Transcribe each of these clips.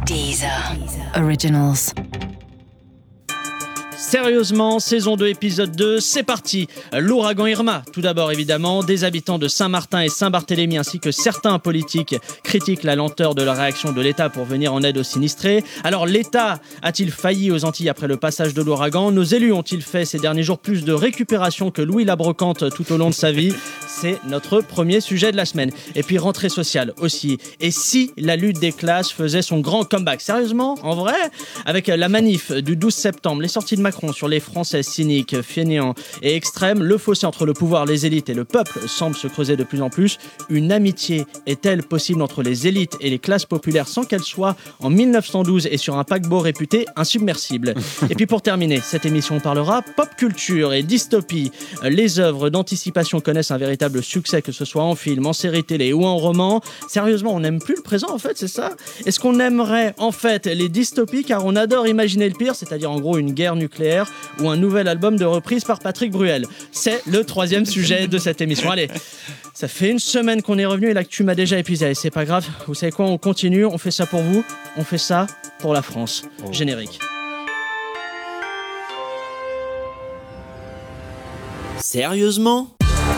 Deezer Originals. Sérieusement, saison 2, épisode 2, c'est parti. L'ouragan Irma, tout d'abord évidemment, des habitants de Saint-Martin et Saint-Barthélemy ainsi que certains politiques critiquent la lenteur de la réaction de l'État pour venir en aide aux sinistrés. Alors l'État a-t-il failli aux Antilles après le passage de l'ouragan ? Nos élus ont-ils fait ces derniers jours plus de récupération que Louis la Brocante tout au long de sa vie ? C'est notre premier sujet de la semaine. Et puis rentrée sociale aussi. Et si la lutte des classes faisait son grand comeback ? Sérieusement ? En vrai ? Avec la manif du 12 septembre, les sorties de Macron sur les Français cyniques, fainéants et extrêmes, le fossé entre le pouvoir, les élites et le peuple semble se creuser de plus en plus. Une amitié est-elle possible entre les élites et les classes populaires sans qu'elle soit en 1912 et sur un paquebot réputé insubmersible ? Et puis pour terminer, cette émission parlera pop culture et dystopie. Les œuvres d'anticipation connaissent un véritable succès, que ce soit en film, en série télé ou en roman. Sérieusement, on n'aime plus le présent en fait, c'est ça ? Est-ce qu'on aimerait en fait les dystopies car on adore imaginer le pire, c'est-à-dire en gros une guerre nucléaire ou un nouvel album de reprise par Patrick Bruel ? C'est le troisième sujet de cette émission. Allez, ça fait une semaine qu'on est revenu et l'actu m'a déjà épuisé. Allez, c'est pas grave, vous savez quoi, on continue, on fait ça pour vous, on fait ça pour la France. Générique. Sérieusement ?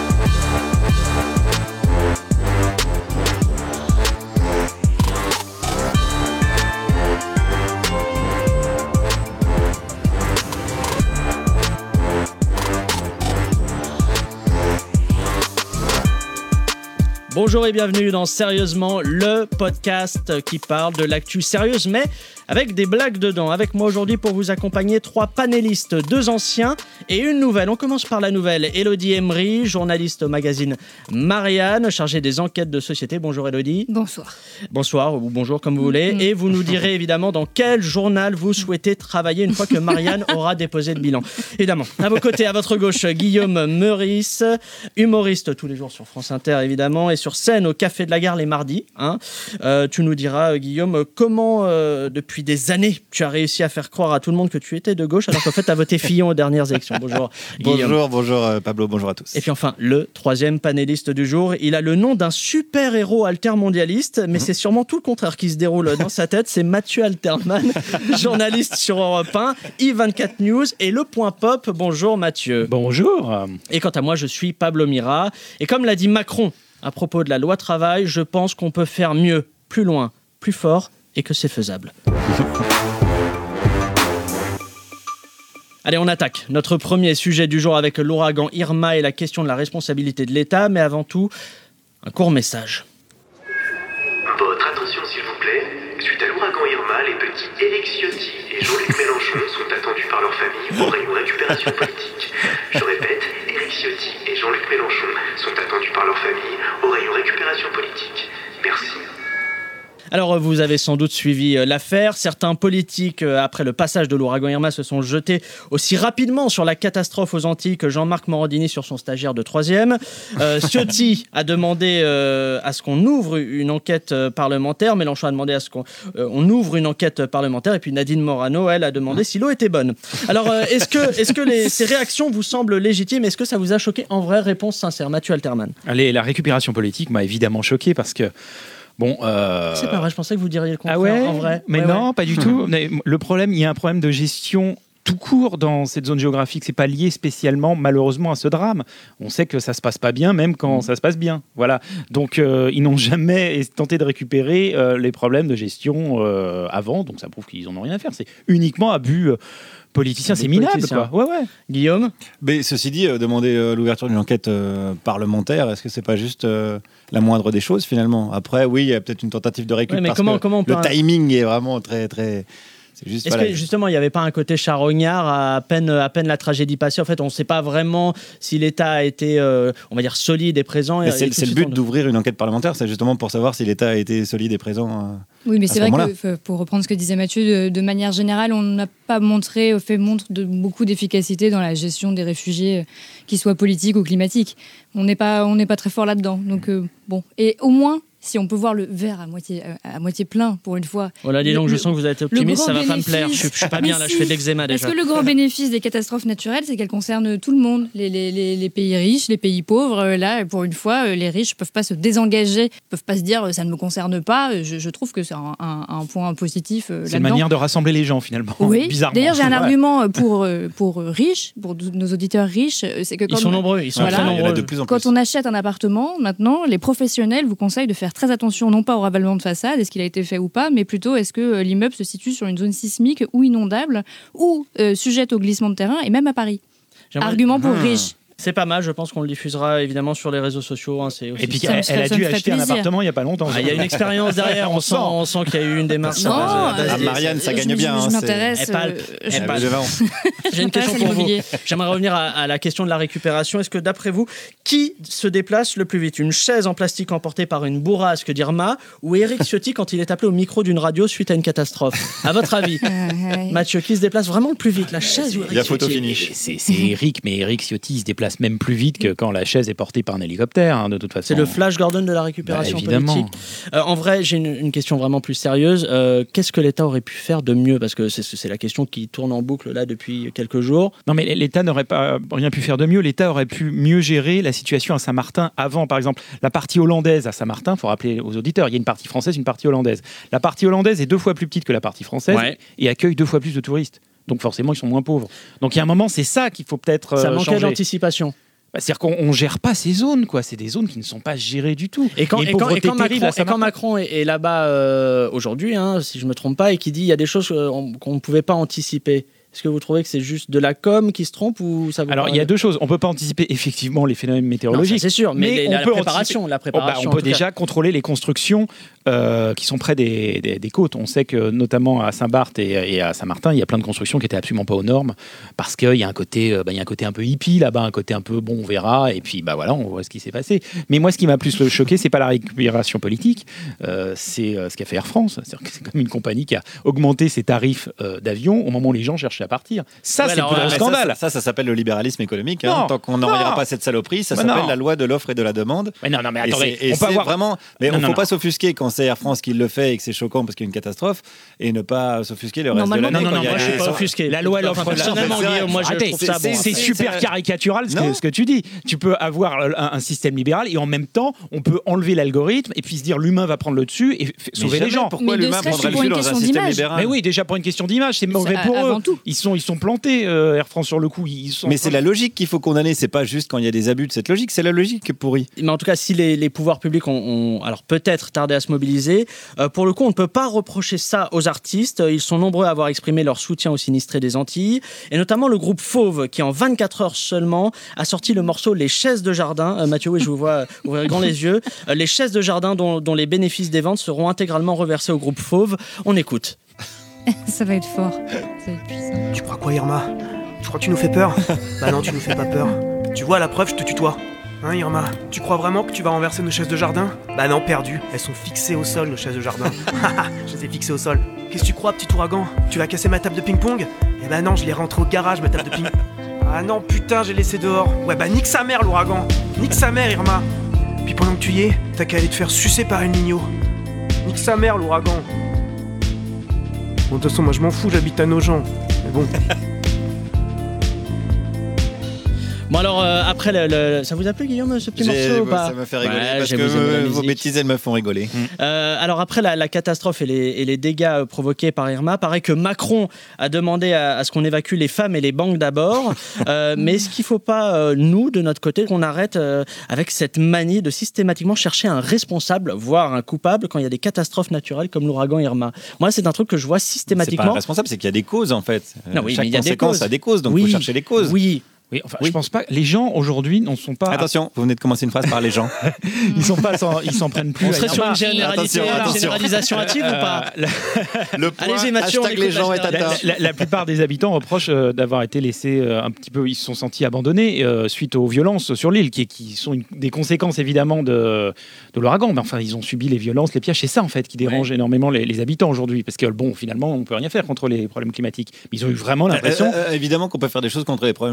Bonjour et bienvenue dans Sérieusement, le podcast qui parle de l'actu sérieuse, mais avec des blagues dedans. Avec moi aujourd'hui pour vous accompagner 3 panélistes, 2 anciens et une nouvelle. On commence par la nouvelle. Élodie Emery, journaliste au magazine Marianne, chargée des enquêtes de société. Bonjour Élodie. Bonsoir. Bonsoir ou bonjour comme vous voulez. Et vous nous direz évidemment dans quel journal vous souhaitez travailler une fois que Marianne aura déposé le bilan. Évidemment. À vos côtés, à votre gauche, Guillaume Meurice, humoriste tous les jours sur France Inter évidemment et sur scène au Café de la Gare les mardis. Tu nous diras, Guillaume, comment depuis des années tu as réussi à faire croire à tout le monde que tu étais de gauche alors qu'en fait tu as voté Fillon aux dernières élections. Bonjour Guillaume. Bonjour Pablo, bonjour à tous. Et puis enfin, le troisième panéliste du jour, il a le nom d'un super-héros altermondialiste, mais c'est sûrement tout le contraire qui se déroule dans sa tête. C'est Mathieu Alterman, journaliste sur Europe 1, I24 News et Le Point Pop. Bonjour Mathieu. Bonjour. Et quant à moi, je suis Pablo Mira. Et comme l'a dit Macron à propos de la loi travail, je pense qu'on peut faire mieux, plus loin, plus fort et que c'est faisable. Allez, on attaque notre premier sujet du jour avec l'ouragan Irma et la question de la responsabilité de l'État, mais avant tout, un court message. Votre attention s'il vous plaît. Suite à l'ouragan Irma, les petits Éric Ciotti et Jean-Luc Mélenchon sont attendus par leur famille au rayon récupération politique. Je répète, Éric Ciotti et Jean-Luc Mélenchon sont attendus par leur famille au rayon récupération politique. Merci. Alors, vous avez sans doute suivi l'affaire. Certains politiques, après le passage de l'ouragan Irma, se sont jetés aussi rapidement sur la catastrophe aux Antilles que Jean-Marc Morandini sur son stagiaire de 3e. Ciotti a demandé à ce qu'on ouvre une enquête parlementaire. Mélenchon a demandé à ce qu'on ouvre une enquête parlementaire. Et puis Nadine Morano, elle, a demandé si l'eau était bonne. Alors, est-ce que ces réactions vous semblent légitimes ? Est-ce que ça vous a choqué ? En vrai, réponse sincère. Mathieu Alterman. Allez, la récupération politique m'a évidemment choqué parce que c'est pas vrai, je pensais que vous diriez le contraire. Ah ouais, en vrai. mais non, pas du tout. Mais le problème, il y a un problème de gestion tout court dans cette zone géographique. C'est pas lié spécialement, malheureusement, à ce drame. On sait que ça se passe pas bien, même quand ça se passe bien. Voilà. Donc, ils n'ont jamais tenté de récupérer les problèmes de gestion avant. Donc, ça prouve qu'ils en ont rien à faire. C'est uniquement abus politicien, c'est minable, quoi. Ouais. Guillaume ? Mais ceci dit, demander l'ouverture d'une enquête parlementaire, est-ce que c'est pas juste la moindre des choses finalement ? Après, oui, il y a peut-être une tentative de récup parce que le timing est vraiment très, très... C'est juste, Est-ce que justement il n'y avait pas un côté charognard à peine la tragédie passée ? En fait, on ne sait pas vraiment si l'État a été, on va dire, solide et présent. C'est le but d'ouvrir une enquête parlementaire, c'est justement pour savoir si l'État a été solide et présent. Oui, mais c'est vrai que, pour reprendre ce que disait Mathieu, de manière générale, on n'a pas fait montre de beaucoup d'efficacité dans la gestion des réfugiés, qu'ils soient politiques ou climatiques. On n'est pas très fort là-dedans. Donc, bon. Et au moins, si on peut voir le verre à moitié plein pour une fois. Voilà, dis donc, je sens que vous êtes optimiste, ça va pas me plaire. Je suis pas bien là, je fais de l'eczéma déjà. Parce que le grand bénéfice des catastrophes naturelles, c'est qu'elles concernent tout le monde, les pays riches, les pays pauvres. Là, pour une fois, les riches peuvent pas se désengager, peuvent pas se dire ça ne me concerne pas. Je trouve que c'est un point positif là-dedans. C'est une manière de rassembler les gens finalement. Oui. Bizarrement. D'ailleurs, j'ai un argument pour riches, pour nos auditeurs riches, c'est que ils sont nombreux, ils sont très nombreux. De plus en plus. Quand on achète un appartement, maintenant, les professionnels vous conseillent de faire très attention, non pas au ravalement de façade, est-ce qu'il a été fait ou pas, mais plutôt est-ce que l'immeuble se situe sur une zone sismique ou inondable ou sujette au glissement de terrain, et même à Paris. Argument pour riches. C'est pas mal, je pense qu'on le diffusera évidemment sur les réseaux sociaux. Hein, c'est aussi et puis elle a dû acheter un appartement il n'y a pas longtemps. Il y a une expérience derrière, on sent qu'il y a eu une démarche. Non, Marianne, ça gagne bien. Je m'intéresse. J'ai une question pour vous. J'aimerais revenir à la question de la récupération. Est-ce que d'après vous, qui se déplace le plus vite ? Une chaise en plastique emportée par une bourrasque d'Irma ou Éric Ciotti quand il est appelé au micro d'une radio suite à une catastrophe ? À votre avis, Mathieu, qui se déplace vraiment le plus vite ? La chaise ou Éric Ciotti ? Il y a photo finish. C'est Éric, mais Éric Ciotti se déplace même plus vite que quand la chaise est portée par un hélicoptère, hein, de toute façon. C'est le Flash Gordon de la récupération politique. En vrai, j'ai une question vraiment plus sérieuse. Qu'est-ce que l'État aurait pu faire de mieux ? Parce que c'est la question qui tourne en boucle là depuis quelques jours. Non, mais l'État n'aurait pas rien pu faire de mieux. L'État aurait pu mieux gérer la situation à Saint-Martin avant. Par exemple, la partie hollandaise à Saint-Martin, il faut rappeler aux auditeurs, il y a une partie française, une partie hollandaise. La partie hollandaise est 2 fois plus petite que la partie française et accueille 2 fois plus de touristes. Donc forcément, ils sont moins pauvres. Donc il y a un moment, c'est ça qu'il faut peut-être ça manquait changer. D'anticipation. C'est-à-dire qu'on ne gère pas ces zones, quoi. C'est des zones qui ne sont pas gérées du tout. Et quand Macron est là-bas aujourd'hui, hein, si je ne me trompe pas, et qui dit qu'il y a des choses qu'on ne pouvait pas anticiper, est-ce que vous trouvez que c'est juste de la com qui se trompe ou ça vous Alors, il y a 2 choses. On ne peut pas anticiper effectivement les phénomènes météorologiques. Non, c'est sûr, mais la préparation. On peut déjà contrôler les constructions qui sont près des côtes. On sait que notamment à Saint-Barth et à Saint-Martin, il y a plein de constructions qui n'étaient absolument pas aux normes parce qu'il y a un côté un peu hippie là-bas, un côté un peu on verra, et puis voilà, on voit ce qui s'est passé. Mais moi, ce qui m'a plus choqué, c'est pas la récupération politique, c'est ce qu'a fait Air France. C'est-à-dire que c'est comme une compagnie qui a augmenté ses tarifs d'avion au moment où les gens cherchaient à partir. Ça, c'est le plus gros scandale. Ça s'appelle le libéralisme économique. Hein. Tant qu'on n'envoyera pas cette saloperie, ça s'appelle la loi de l'offre et de la demande. Mais non, mais attendez, on peut avoir vraiment. Mais on ne faut pas s'offusquer quand c'est Air France qui le fait et que c'est choquant parce qu'il y a une catastrophe, et ne pas s'offusquer le reste de l'année. Non, moi je suis pas offusqué. La loi l'offre. Moi je trouve ça bon. C'est super caricatural ce que tu dis. Tu peux avoir un système libéral et en même temps, on peut enlever l'algorithme et puis se dire l'humain va prendre le dessus et sauver les gens. Pourquoi l'humain prendrait le dessus dans un système libéral ? Mais oui, déjà pour une question d'image, c'est mauvais pour eux. Ils sont plantés, Air France sur le coup. Mais c'est la logique qu'il faut condamner. C'est pas juste quand il y a des abus de cette logique. C'est la logique qui est pourrie. Mais en tout cas, si les pouvoirs publics ont alors peut-être tardé à se mobiliser, pour le coup, on ne peut pas reprocher ça aux artistes. Ils sont nombreux à avoir exprimé leur soutien aux sinistrés des Antilles, et notamment le groupe Fauve, qui en 24 heures seulement a sorti le morceau Les Chaises de Jardin. Mathieu, oui, je vous vois ouvrir grand les yeux. Les Chaises de Jardin dont les bénéfices des ventes seront intégralement reversés au groupe Fauve. On écoute. Ça va être fort, ça va être puissant. Tu crois quoi, Irma ? Tu crois que tu nous fais peur ? Bah non, tu nous fais pas peur. Tu vois, la preuve, je te tutoie. Hein, Irma ? Tu crois vraiment que tu vas renverser nos chaises de jardin ? Bah non, perdu. Elles sont fixées au sol, nos chaises de jardin. Je les ai fixées au sol. Qu'est-ce que tu crois, petit ouragan ? Tu vas casser ma table de ping-pong ? Eh bah non, je l'ai rentrée au garage, ma table de ping. Ah non, putain, j'ai laissé dehors. Ouais, bah nique sa mère, l'ouragan. Nique sa mère, Irma. Puis pendant que tu y es, t'as qu'à aller te faire sucer par une ligno. Nique sa mère, l'ouragan. Bon, de toute façon, moi je m'en fous, j'habite à Nogent. Mais bon. Bon alors après ça vous a plu, Guillaume, ce petit morceau ou pas ? Ça me fait rigoler parce que vos bêtises elles me font rigoler. Alors après la catastrophe et les dégâts provoqués par Irma, paraît que Macron a demandé à ce qu'on évacue les femmes et les banques d'abord. Mais est-ce qu'il ne faut pas, nous, de notre côté, qu'on arrête avec cette manie de systématiquement chercher un responsable, voire un coupable, quand il y a des catastrophes naturelles comme l'ouragan Irma ? Moi, c'est un truc que je vois systématiquement. C'est pas un responsable, c'est qu'il y a des causes en fait. Non, oui, chaque mais il y a conséquence a des causes, donc il faut chercher les causes. Oui, enfin, je pense pas. Les gens aujourd'hui n'en sont pas. Attention, vous venez de commencer une phrase par les gens. Ils s'en prennent plus. On serait sur une généralisation hâtive ou pas ? Le point, allez-y, Mathieu, les gens est atteint. La plupart des habitants reprochent d'avoir été laissés un petit peu. Ils se sont sentis abandonnés suite aux violences sur l'île, qui sont des conséquences évidemment de l'ouragan. Mais enfin, ils ont subi les violences, les pillages. C'est ça en fait qui dérange énormément les habitants aujourd'hui, parce que bon, finalement, on peut rien faire contre les problèmes climatiques. Mais ils ont eu vraiment l'impression. Évidemment qu'on peut faire des choses contre les problèmes climatiques,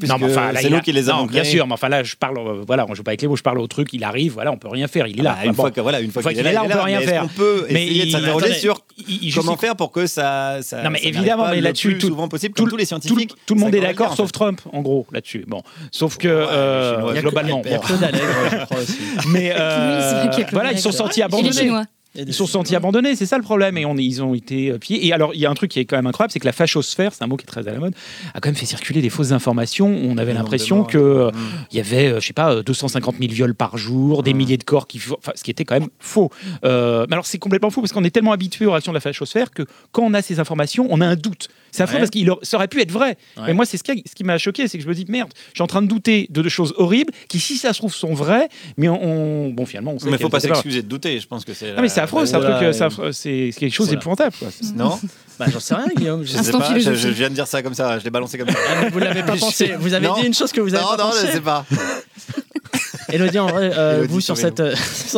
puisque c'est nous qui les avons créés. Bien sûr, mais enfin là, je parle, voilà, on joue pas avec les mots, je parle au truc, il arrive, voilà, on peut rien faire, il est là. Une fois qu'il est là, on peut rien faire. On peut essayer de s'interroger sur comment faire pour que ça. Non, mais évidemment, mais là-dessus, tout souvent possible, comme tous les scientifiques. Tout le monde est d'accord, sauf Trump, en gros, là-dessus. Bon, sauf que globalement, il y a Claude Allègre, je crois aussi. Mais voilà, ils sont sentis abandonnés. Ils sont sentis abandonnés, c'est ça le problème, et ils ont été pillés. Et alors, il y a un truc qui est quand même incroyable, c'est que la fachosphère, c'est un mot qui est très à la mode, a quand même fait circuler des fausses informations. On avait l'impression qu'il y avait, je sais pas, 250 000 viols par jour, des milliers de corps ce qui était quand même faux. Mais alors, c'est complètement faux, parce qu'on est tellement habitué aux réactions de la fachosphère que quand on a ces informations, on a un doute. C'est affreux parce qu'il aurait pu être vrai. Mais moi, c'est ce qui m'a choqué, c'est que je me dis, merde, je suis en train de douter de choses horribles qui, si ça se trouve, sont vraies, mais bon, finalement, on sait. Mais il ne faut pas s'excuser de douter, je pense que c'est. Non, mais c'est affreux, c'est un truc, c'est quelque chose d'épouvantable. Non. J'en sais rien, Guillaume. Je sais pas, je viens de dire ça comme ça, je l'ai balancé comme ça. Vous l'avez pas pensé. Vous avez dit une chose que vous avez pas pensé. Non, je sais pas. Élodie, en vrai, vous sur cette,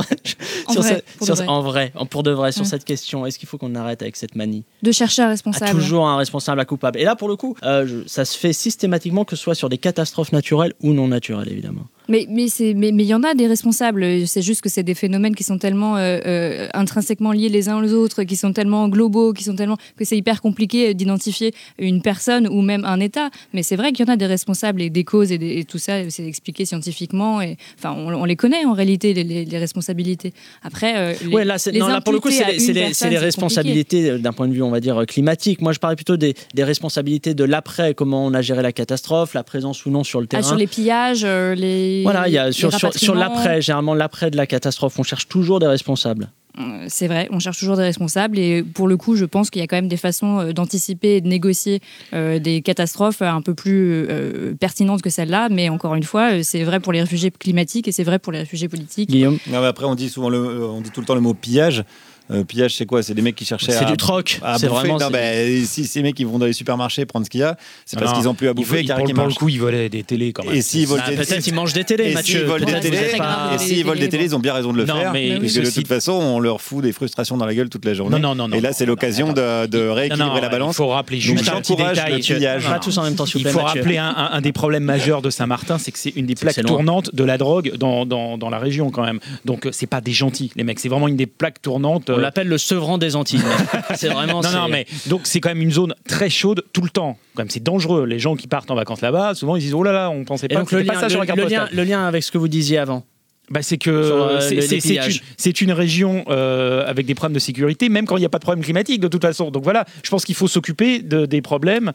pour de vrai, sur cette question, est-ce qu'il faut qu'on arrête avec cette manie de chercher un responsable, toujours un responsable, un coupable? Et là, pour le coup, ça se fait systématiquement, que ce soit sur des catastrophes naturelles ou non naturelles, évidemment. Mais il y en a des responsables. C'est juste que c'est des phénomènes qui sont tellement intrinsèquement liés les uns aux autres, qui sont tellement globaux, que c'est hyper compliqué d'identifier une personne ou même un État. Mais c'est vrai qu'il y en a des responsables et des causes et tout ça, c'est expliqué scientifiquement. Et, enfin, on les connaît en réalité, les responsabilités. Après, là, pour le coup, c'est les responsabilités d'un point de vue, on va dire, climatique. Moi, je parlais plutôt des responsabilités de l'après, comment on a géré la catastrophe, la présence ou non sur le terrain. Sur les pillages, Voilà, il y a sur l'après, généralement l'après de la catastrophe, on cherche toujours des responsables. C'est vrai, on cherche toujours des responsables et pour le coup, je pense qu'il y a quand même des façons d'anticiper et de négocier des catastrophes un peu plus pertinentes que celle-là, mais encore une fois, c'est vrai pour les réfugiés climatiques et c'est vrai pour les réfugiés politiques. Guillaume. Non, mais après, on dit tout le temps le mot pillage. Pillage, c'est quoi? C'est des mecs qui cherchaient c'est du troc. C'est vraiment. Non, si ces mecs ils vont dans les supermarchés prendre ce qu'il y a, c'est parce qu'ils n'ont plus à bouffer. Pour le coup, ils volaient des télés quand même. Et s'ils volent peut-être ils mangent des télés, Mathieu. Et s'ils volent des télés, ils ont bien raison de le faire. Parce que de toute façon, on leur fout des frustrations dans la gueule toute la journée. Non. Et là, c'est l'occasion de rééquilibrer la balance. Il faut rappeler juste un petit détail. Pas tous en même temps, s'il vous plaît. Il faut rappeler un des problèmes majeurs de Saint-Martin, c'est que c'est une des plaques tournantes de la drogue dans la région quand même. Donc c'est pas des gentils, les mecs. C'est vraiment une des plaques tournantes. On l'appelle le Sevran des Antilles. C'est vraiment. Non, mais donc c'est quand même une zone très chaude tout le temps. Quand même, c'est dangereux. Les gens qui partent en vacances là-bas, souvent ils disent oh là là, on pensait pas. Donc le lien avec ce que vous disiez avant. C'est que c'est une région avec des problèmes de sécurité, même quand il n'y a pas de problème climatique de toute façon. Donc voilà, je pense qu'il faut s'occuper des problèmes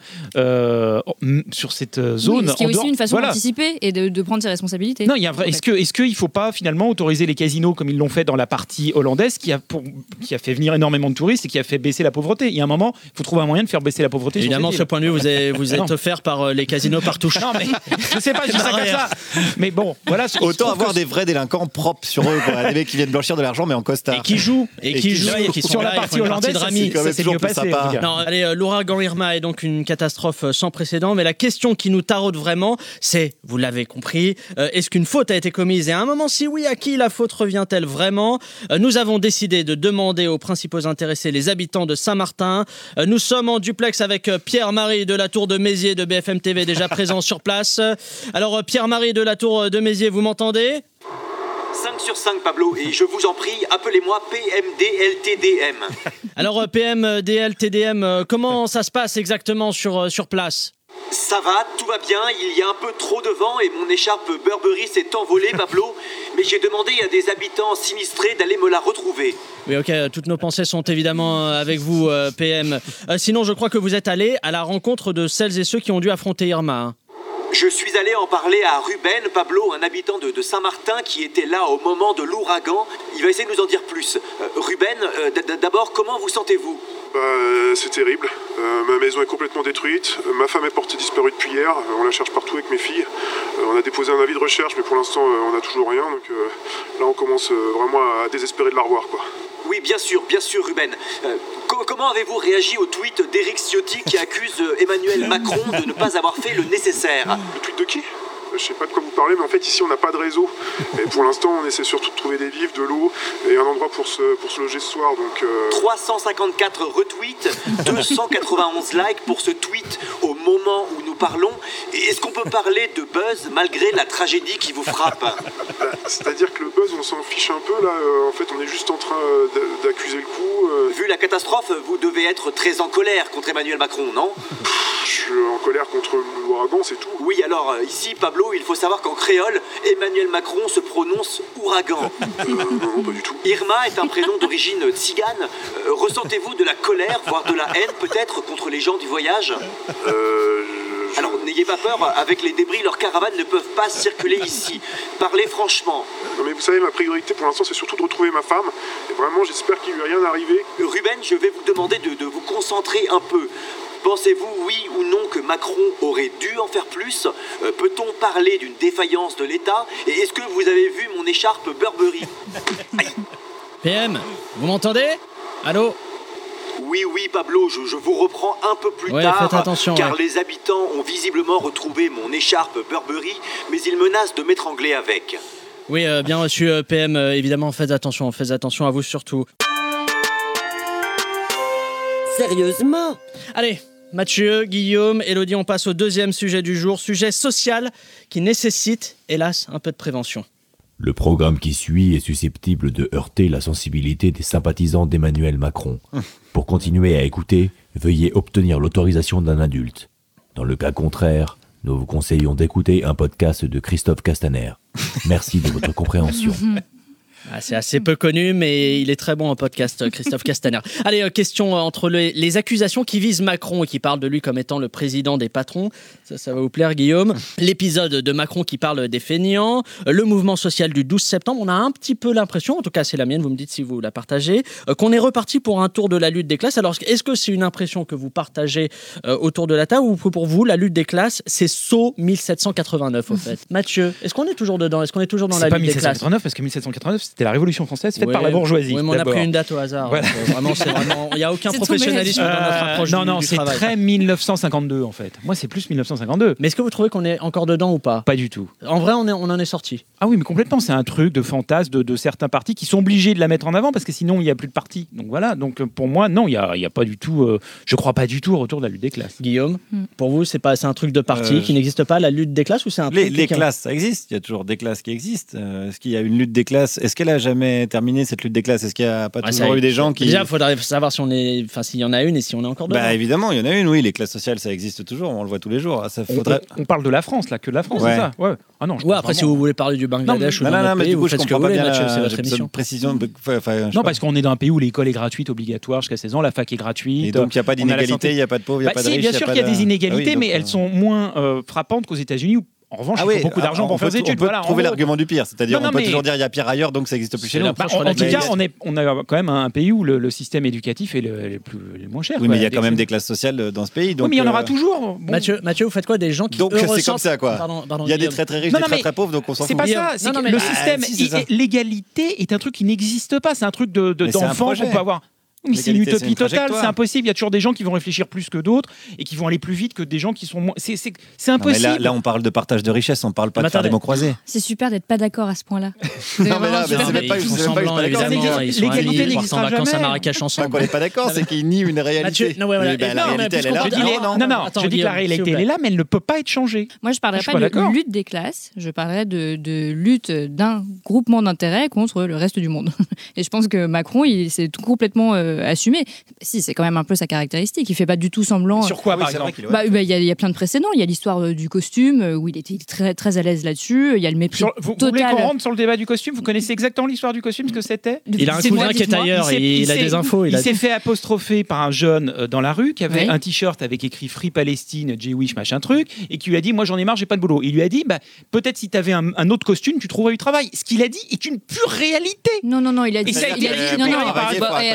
sur cette zone. Ce qui est aussi une façon d'anticiper et de prendre ses responsabilités. Non, est-ce qu'il ne faut pas finalement autoriser les casinos comme ils l'ont fait dans la partie hollandaise qui a fait venir énormément de touristes et qui a fait baisser la pauvreté? Il y a un moment, il faut trouver un moyen de faire baisser la pauvreté. Évidemment, ce point de vue, vous êtes offert par les casinos partout. Non, mais je sais pas, je dis ça comme ça. Mais bon, voilà. Autant avoir des vrais délinquants propres sur eux, quoi. Des mecs qui viennent blanchir de l'argent mais en costard. Et qui jouent sur la partie hollandaise, ça s'est mieux passé. Non, allez, l'ouragan Irma est donc une catastrophe sans précédent, mais la question qui nous taraude vraiment, c'est, vous l'avez compris, est-ce qu'une faute a été commise? Et à un moment, si oui, à qui la faute revient-elle vraiment? Nous avons décidé de demander aux principaux intéressés, les habitants de Saint-Martin. Nous sommes en duplex avec Pierre-Marie de la Tour de Mézières de BFM TV, déjà présent sur place. Alors, Pierre-Marie de la Tour de Mézières, vous m'entendez? 5 sur 5, Pablo, et je vous en prie, appelez-moi PMDLTDM. Alors, PMDLTDM, comment ça se passe exactement sur place? Ça va, tout va bien, il y a un peu trop de vent et mon écharpe Burberry s'est envolée, Pablo, mais j'ai demandé à des habitants sinistrés d'aller me la retrouver. Oui, ok, toutes nos pensées sont évidemment avec vous, PM. Sinon, je crois que vous êtes allé à la rencontre de celles et ceux qui ont dû affronter Irma. Je suis allé en parler à Ruben, Pablo, un habitant de Saint-Martin qui était là au moment de l'ouragan. Il va essayer de nous en dire plus. Ruben, d'abord, comment vous sentez-vous ? C'est terrible. Ma maison est complètement détruite. Ma femme est portée disparue depuis hier. On la cherche partout avec mes filles. On a déposé un avis de recherche, mais pour l'instant, on n'a toujours rien. Donc là, on commence vraiment à désespérer de la revoir, quoi. Oui, bien sûr, Ruben. Comment avez-vous réagi au tweet d'Éric Ciotti qui accuse Emmanuel Macron de ne pas avoir fait le nécessaire ? Le tweet de qui ? Je sais pas de quoi vous parlez, mais en fait ici on n'a pas de réseau. Et pour l'instant on essaie surtout de trouver des vivres, de l'eau et un endroit pour se loger ce soir. Donc 354 retweets, 291 likes pour ce tweet au moment où nous parlons. Est-ce qu'on peut parler de buzz malgré la tragédie qui vous frappe? C'est-à-dire que le buzz on s'en fiche un peu là. En fait on est juste en train d'accuser le coup. Vu la catastrophe, vous devez être très en colère contre Emmanuel Macron, non? Je suis en colère contre l'ouragan, c'est tout. Oui, alors ici, Pablo, il faut savoir qu'en créole, Emmanuel Macron se prononce ouragan. Non, pas du tout. Irma est un prénom d'origine tzigane. Ressentez-vous de la colère, voire de la haine peut-être contre les gens du voyage? Alors, n'ayez pas peur, avec les débris, leurs caravanes ne peuvent pas circuler ici. Parlez franchement. Non mais vous savez, ma priorité pour l'instant, c'est surtout de retrouver ma femme. Et vraiment, j'espère qu'il lui est rien arrivé. Ruben, je vais vous demander de vous concentrer un peu. Pensez-vous, oui ou non, que Macron aurait dû en faire plus? Peut-on parler d'une défaillance de l'État? Et est-ce que vous avez vu mon écharpe Burberry? PM, vous m'entendez? Allô? Oui, Pablo, je vous reprends un peu plus tard, faites attention, car les habitants ont visiblement retrouvé mon écharpe Burberry, mais ils menacent de m'étrangler avec. Oui, bien reçu, PM, évidemment, faites attention à vous surtout. Sérieusement? Allez, Mathieu, Guillaume, Élodie, on passe au deuxième sujet du jour, sujet social qui nécessite, hélas, un peu de prévention. Le programme qui suit est susceptible de heurter la sensibilité des sympathisants d'Emmanuel Macron. Pour continuer à écouter, veuillez obtenir l'autorisation d'un adulte. Dans le cas contraire, nous vous conseillons d'écouter un podcast de Christophe Castaner. Merci de votre compréhension. C'est assez peu connu, mais il est très bon en podcast, Christophe Castaner. Allez, question entre les accusations qui visent Macron et qui parlent de lui comme étant le président des patrons. Ça va vous plaire, Guillaume. L'épisode de Macron qui parle des feignants. Le mouvement social du 12 septembre. On a un petit peu l'impression, en tout cas c'est la mienne, vous me dites si vous la partagez, qu'on est reparti pour un tour de la lutte des classes. Alors, est-ce que c'est une impression que vous partagez autour de la table ou pour vous, la lutte des classes, c'est saut 1789 au fait? Mathieu, est-ce qu'on est toujours dedans? Est-ce qu'on est toujours dans la lutte des classes? C'est pas 1789 parce que 1789, c'était la Révolution française faite par la bourgeoisie. Oui, mais on a pris une date au hasard. Voilà. Il n'y a aucun professionnalisme dans notre approche du travail. C'est très 1952 en fait. Moi, c'est plus 1952. Mais est-ce que vous trouvez qu'on est encore dedans ou pas? Pas du tout. En vrai, on en est sorti. Ah oui, mais complètement. C'est un truc de fantasme de certains partis qui sont obligés de la mettre en avant parce que sinon, il n'y a plus de parti. Donc voilà. Donc pour moi, non, il y a pas du tout. Je crois pas du tout au retour de la lutte des classes. Guillaume, pour vous, c'est un truc de parti qui n'existe pas, la lutte des classes, ou c'est un truc les classes, ça existe. Il y a toujours des classes qui existent. Est-ce qu'il y a une lutte des classes? Est-ce qu'elle a jamais terminé cette lutte des classes? Est-ce qu'il n'y a pas toujours eu des gens qui... Déjà, il faudrait savoir s'il y en a une et si on est encore dedans. Évidemment, il y en a une, oui. Les classes sociales, ça existe toujours. On le voit tous les jours. On parle de la France, là, que de la France, c'est ça? Ouais. Ah non, après, si vous voulez parler du Bangladesh ou d'un autre pays, vous faites ce que vous voulez, Mathieu, c'est votre émission. Précision. Non, parce qu'on est dans un pays où l'école est gratuite, obligatoire jusqu'à 16 ans, la fac est gratuite. Et donc, il n'y a pas d'inégalité, il n'y a pas de pauvres, il n'y a pas de riches. Bien sûr qu'il y a des inégalités, mais elles sont moins frappantes qu'aux États-Unis où en revanche, il faut beaucoup d'argent pour faire des études. On peut trouver l'argument du pire, c'est-à-dire on peut toujours dire il y a pire ailleurs, donc ça n'existe plus chez nous. En tout cas, on a quand même un pays où le système éducatif est le moins cher. Oui, mais il y a quand même des classes sociales dans ce pays. Oui, mais il y en aura toujours. Mathieu, vous faites quoi des gens qui donc c'est comme ça, quoi. Il y a des très très riches, des très très pauvres, donc on s'en fout. C'est pas ça. C'est que le système, l'égalité est un truc qui n'existe pas. C'est un truc d'enfant qu'on peut avoir. Mais c'est une utopie totale, c'est impossible. Il y a toujours des gens qui vont réfléchir plus que d'autres et qui vont aller plus vite que des gens qui sont moins. C'est impossible. Non, mais là, on parle de partage de richesse, on parle pas de faire des mots croisés. C'est super d'être pas d'accord à ce point-là. Non, mais là, c'est même pas ils font semblant, évidemment. L'égalité n'existera jamais. Vacances à Marrakech ensemble. On n'est pas d'accord, c'est qu'ils nient une réalité. La réalité, elle est là. Non, je dis que la réalité, elle est là, mais elle ne peut pas être changée. Moi, je parlerai pas de lutte des classes, je parlerai de lutte d'un groupement d'intérêts contre le reste du monde. Et je pense que Macron, il s'est complètement assumé. Si, c'est quand même un peu sa caractéristique. Il fait pas du tout semblant. Sur quoi, par exemple? Il y a plein de précédents. Il y a l'histoire du costume où il était très, très à l'aise là-dessus. Il y a le mépris Vous total. voulez qu'on rentre sur le débat du costume? Vous connaissez exactement l'histoire du costume, ce que c'était? Il a un cousin qui est ailleurs. Il a des infos. Il s'est fait apostropher par un jeune dans la rue qui avait un t-shirt avec écrit Free Palestine, Jewish, machin truc, et qui lui a dit moi j'en ai marre, j'ai pas de boulot. Il lui a dit peut-être si t'avais un autre costume, tu trouverais du travail. Ce qu'il a dit est une pure réalité. Non, il a dit. Alors il y a peut-être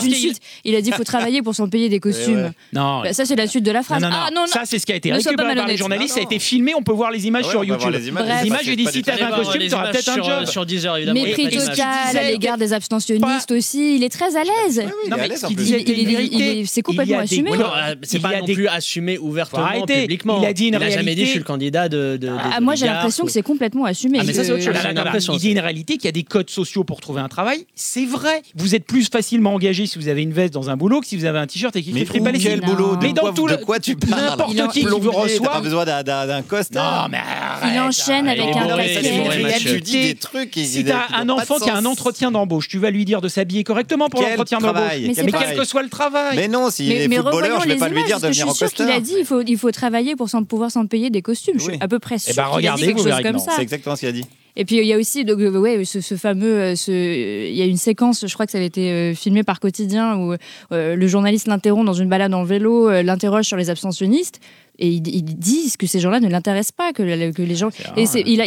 une suite. Il a dit faut travailler pour s'en payer des costumes. Non. Ça, c'est la suite de la phrase. Non. Ah, non. Ça, c'est ce qui a été récupéré par les journalistes. Ça a été filmé. On peut voir les images sur YouTube. Les images, j'ai dit si t'avais un costume, t'auras peut-être un job. Sur Deezer, évidemment. Mépris total à l'égard des abstentionnistes aussi. Il est très à l'aise. Non, mais ce qu'il disait, c'est complètement assumé. C'est pas non plus assumé ouvertement, publiquement. Il a dit une réalité. Il a jamais dit je suis le candidat de. Moi, j'ai l'impression que c'est complètement assumé. Mais ça, c'est autre chose. Il dit une réalité qu'il y a des codes sociaux pour trouver un travail. C'est vrai. Vous êtes plus facilement engagé si vous avez une veste dans un boulot que si vous avez un t-shirt et qui fait friper les quel boulot Mais dans tout de quoi tu parles? N'importe qui vous reçoit. T'as pas besoin d'un costard. Non, mais il enchaîne avec un casquette. Tu dis des trucs. Si t'as un enfant qui a un entretien d'embauche, tu vas lui dire de s'habiller correctement pour l'entretien d'embauche. Mais quel que soit le travail. Mais non, s'il est footballeur, je vais pas lui dire de venir en costard. Je suis sûr qu'il a dit il faut travailler pour pouvoir s'en payer des costumes. Je suis à peu près sûr qu'il a dit quelque chose comme ça. C'est exactement ce qu'il a dit. Et puis il y a aussi ce fameux, il y a une séquence, je crois que ça avait été filmé par Quotidien où le journaliste l'interrompt dans une balade en vélo, l'interroge sur les abstentionnistes. Et ils disent que ces gens-là ne l'intéressent pas, que les gens. Et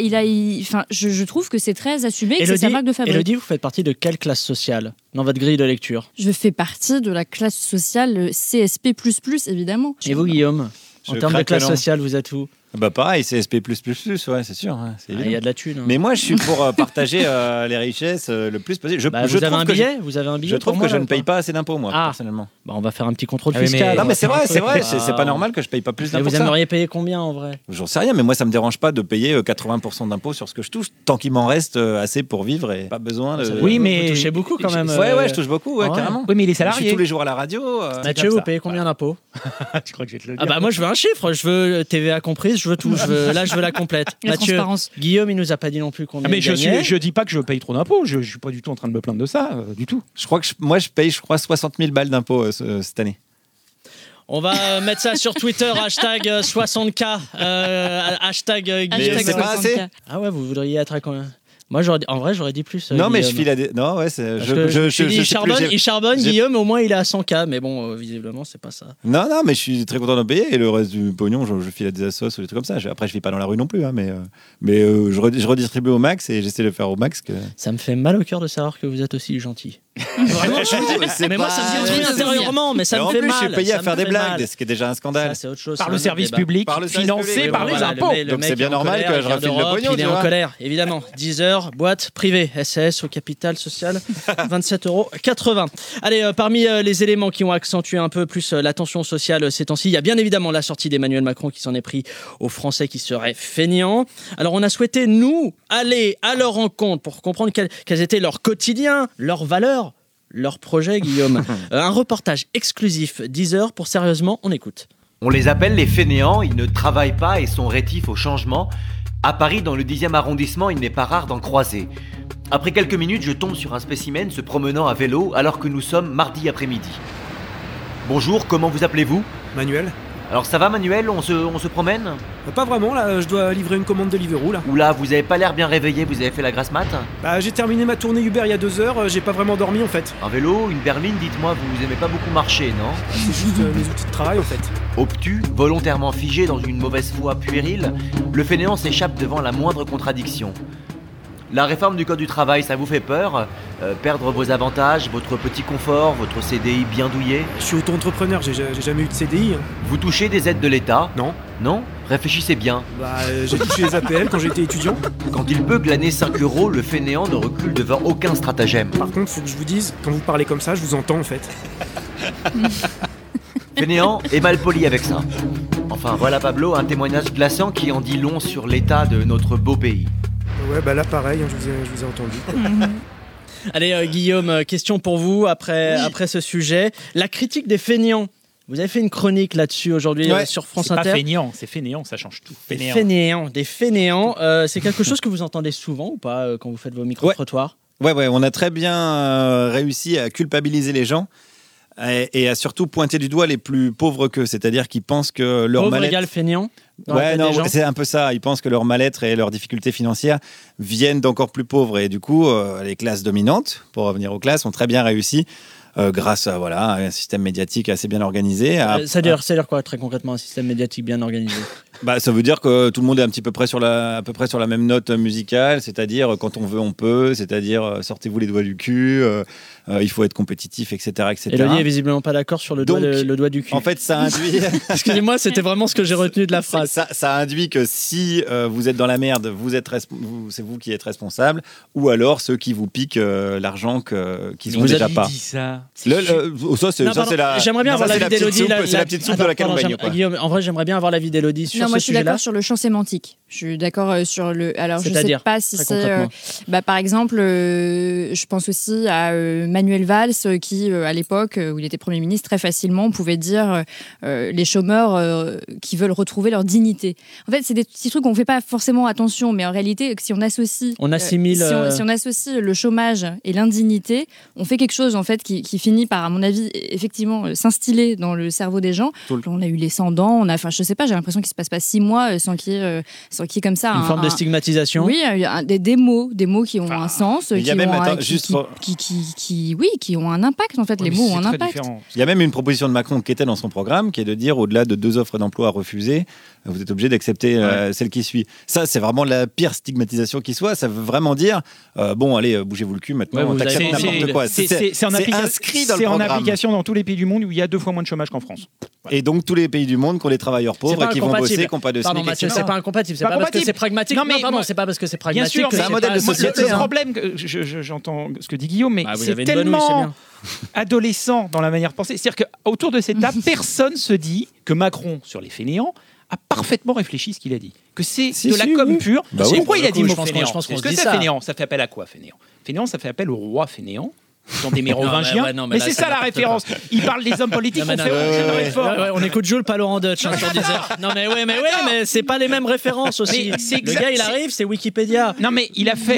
je trouve que c'est très assumé, que c'est sa marque de fabrique. Élodie, vous faites partie de quelle classe sociale dans votre grille de lecture? Je fais partie de la classe sociale CSP++, évidemment. Et vous, Guillaume, en termes de classe sociale, vous êtes où? Bah pareil, CSP++, ouais, c'est sûr. Hein, il y a de la thune. Hein. Mais moi, je suis pour partager les richesses le plus possible. Vous avez un billet? Je trouve que je ne paye pas assez d'impôts, moi, personnellement. On va faire un petit contrôle fiscal. Non, mais c'est vrai. C'est pas normal que je paye pas plus d'impôts. Vous aimeriez payer combien, en vrai? J'en sais rien, mais moi, ça me dérange pas de payer 80% d'impôts sur ce que je touche, tant qu'il m'en reste assez pour vivre et pas besoin de... Oui, mais... Vous touchez beaucoup, quand même. Ouais, je touche beaucoup, carrément. Oui, mais les salariés... Je suis tous les jours à la radio. Mathieu, vous payez combien d'impôts? Tu crois que je vais te le dire? Moi, je veux un chiffre. Je veux TVA comprise, je veux tout. Là, je veux la complète. Mathieu, Guillaume, il nous a pas dit non plus combien il gagnait. Je dis pas que je paye trop d'impôts. Je suis pas du tout en train de me plaindre de ça, du tout. Je crois que je paye 60 000 balles d'impôts cette année. On va mettre ça sur Twitter, hashtag 60K, hashtag Guillaume. C'est pas assez? Ah ouais, vous voudriez être à combien? Moi, en vrai, j'aurais dit plus. Non, mais je file à des. Non, ouais, c'est. Il charbonne, Guillaume, au moins il est à 100K, mais bon, visiblement, c'est pas ça. Non, mais je suis très content d'en payer et le reste du pognon, je file à des assos ou des trucs comme ça. Après, je vis pas dans la rue non plus, hein, mais je redistribue au max et j'essaie de faire au max. Ça me fait mal au cœur de savoir que vous êtes aussi gentil. Vraiment, mais moi, ça me dit intérieurement, mais ça me fait mal. En plus, je suis payé à faire des blagues, ce qui est déjà un scandale. C'est autre chose. Par le service public, financé par les impôts. Donc c'est bien normal que je refile le pognon. Il est en colère, évidemment. 10 heures, boîte privée. SAS au capital social, 27,80 €. Allez, parmi les éléments qui ont accentué un peu plus la tension sociale ces temps-ci, il y a bien évidemment la sortie d'Emmanuel Macron qui s'en est pris aux Français qui seraient feignants. Alors on a souhaité, nous, aller à leur rencontre pour comprendre quels étaient leurs quotidiens, leurs valeurs, leurs projets, Guillaume. Un reportage exclusif, 10 heures pour Sérieusement, on écoute. On les appelle les fainéants, ils ne travaillent pas et sont rétifs au changement. À Paris, dans le 10e arrondissement, il n'est pas rare d'en croiser. Après quelques minutes, je tombe sur un spécimen se promenant à vélo alors que nous sommes mardi après-midi. Bonjour, comment vous appelez-vous? Manuel. Alors ça va Manuel, on se promène? Pas vraiment, là, je dois livrer une commande de Deliveroo, là. Oula, vous avez pas l'air bien réveillé, vous avez fait la grasse mat? J'ai terminé ma tournée Uber il y a 2 heures, j'ai pas vraiment dormi en fait. Un vélo, une berline, dites-moi, vous aimez pas beaucoup marcher, non? C'est juste mes outils de travail en fait. Obtus, volontairement figé dans une mauvaise foi puérile, le fainéant s'échappe devant la moindre contradiction. La réforme du code du travail, ça vous fait peur? Perdre vos avantages, votre petit confort, votre CDI bien douillet? Je suis auto-entrepreneur, j'ai jamais eu de CDI. Hein. Vous touchez des aides de l'État? Non. Non? Réfléchissez bien. J'ai touché les APL quand j'étais étudiant. Quand il peut glaner 5 €, le fainéant ne recule devant aucun stratagème. Par contre, faut que je vous dise, quand vous parlez comme ça, je vous entends en fait. Fainéant est mal poli avec ça. Enfin, voilà Pablo, un témoignage glaçant qui en dit long sur l'état de notre beau pays. Ouais, là pareil, je vous ai entendu. Allez, Guillaume, question pour vous après ce sujet. La critique des feignants. Vous avez fait une chronique là-dessus aujourd'hui sur France Inter. C'est pas feignant, c'est fainéant, ça change tout. Des fainéants. C'est quelque chose que vous entendez souvent ou pas quand vous faites vos micro-trottoirs? Ouais, on a très bien réussi à culpabiliser les gens. Et à surtout pointer du doigt les plus pauvres qu'eux, c'est-à-dire qu'ils pensent que leur pauvre égale feignant. Ouais, non, c'est un peu ça. Ils pensent que leur mal-être et leurs difficultés financières viennent d'encore plus pauvres. Et du coup, les classes dominantes, pour revenir aux classes, ont très bien réussi grâce à un système médiatique assez bien organisé. C'est-à-dire quoi, très concrètement, un système médiatique bien organisé? Ça veut dire que tout le monde est un petit peu près sur la même note musicale, c'est-à-dire quand on veut, on peut, c'est-à-dire sortez-vous les doigts du cul, il faut être compétitif, etc. Élodie est visiblement pas d'accord sur le doigt du cul. En fait, ça induit... Excusez-moi, c'était vraiment ce que j'ai retenu de la phrase. Ça induit que si vous êtes dans la merde, c'est vous qui êtes responsable, ou alors ceux qui vous piquent l'argent qu'ils n'ont déjà pas. Dit ça. J'aimerais bien avoir l'avis d'Élodie. C'est la petite soupe de laquelle on baigne. Guillaume, en vrai, j'aimerais bien avoir l'avis d'Élodie sur ce sujet-là. Moi, je suis d'accord sur le champ sémantique. Je suis d'accord sur le. Alors, je ne sais pas si c'est. Par exemple, je pense aussi à Manuel Valls, qui, à l'époque où il était Premier ministre, très facilement pouvait dire les chômeurs qui veulent retrouver leur dignité. En fait, c'est des petits trucs qu'on ne fait pas forcément attention, mais en réalité, si on associe. On assimile. Si on associe le chômage et l'indignité, on fait quelque chose, en fait, qui finit par, à mon avis, effectivement, s'instiller dans le cerveau des gens. On a eu les 100 dents, je sais pas, j'ai l'impression qu'il ne se passe pas 6 mois sans qu'il y ait comme ça une forme de stigmatisation. Oui, des mots qui ont un sens, qui ont un impact, en fait. Les mots ont un impact. Il y a même une proposition de Macron qui était dans son programme, qui est de dire, au-delà de 2 offres d'emploi à refuser, vous êtes obligé d'accepter celle qui suit. Ça, c'est vraiment la pire stigmatisation qui soit. Ça veut vraiment dire, allez, bougez-vous le cul maintenant, on accepte n'importe quoi. C'est inscrit dans le programme. C'est en application dans tous les pays du monde où il y a 2 fois moins de chômage qu'en France. Et donc, tous les pays du monde qui ont des travailleurs pauvres, qui vont bosser, qui n'ont pas de SMIC. Pardon, Mathieu, c'est pas incompatible. C'est pas parce que c'est pragmatique. C'est pas parce que c'est pragmatique. Bien sûr, c'est un modèle de société. Le problème, j'entends ce que dit Guillaume, mais c'est tellement adolescent dans la manière de penser. C'est-à-dire qu'autour de cette table, personne se dit que Macron, sur les fainéants, a parfaitement réfléchi ce qu'il a dit. Que c'est de la com pure. Pourquoi il a dit le mot fainéant? Parce que c'est fainéant. Ça fait appel à quoi, fainéant? Fainéant, ça fait appel au roi fainéant. Dans des mérovingiens. Mais c'est ça la référence. Il parle des hommes politiques, on fait aucune réforme. On écoute Jules, pas Laurent Deutsch sur 10 heures. Non mais c'est pas les mêmes références aussi. Le gars, il arrive, c'est Wikipédia. Non mais il a fait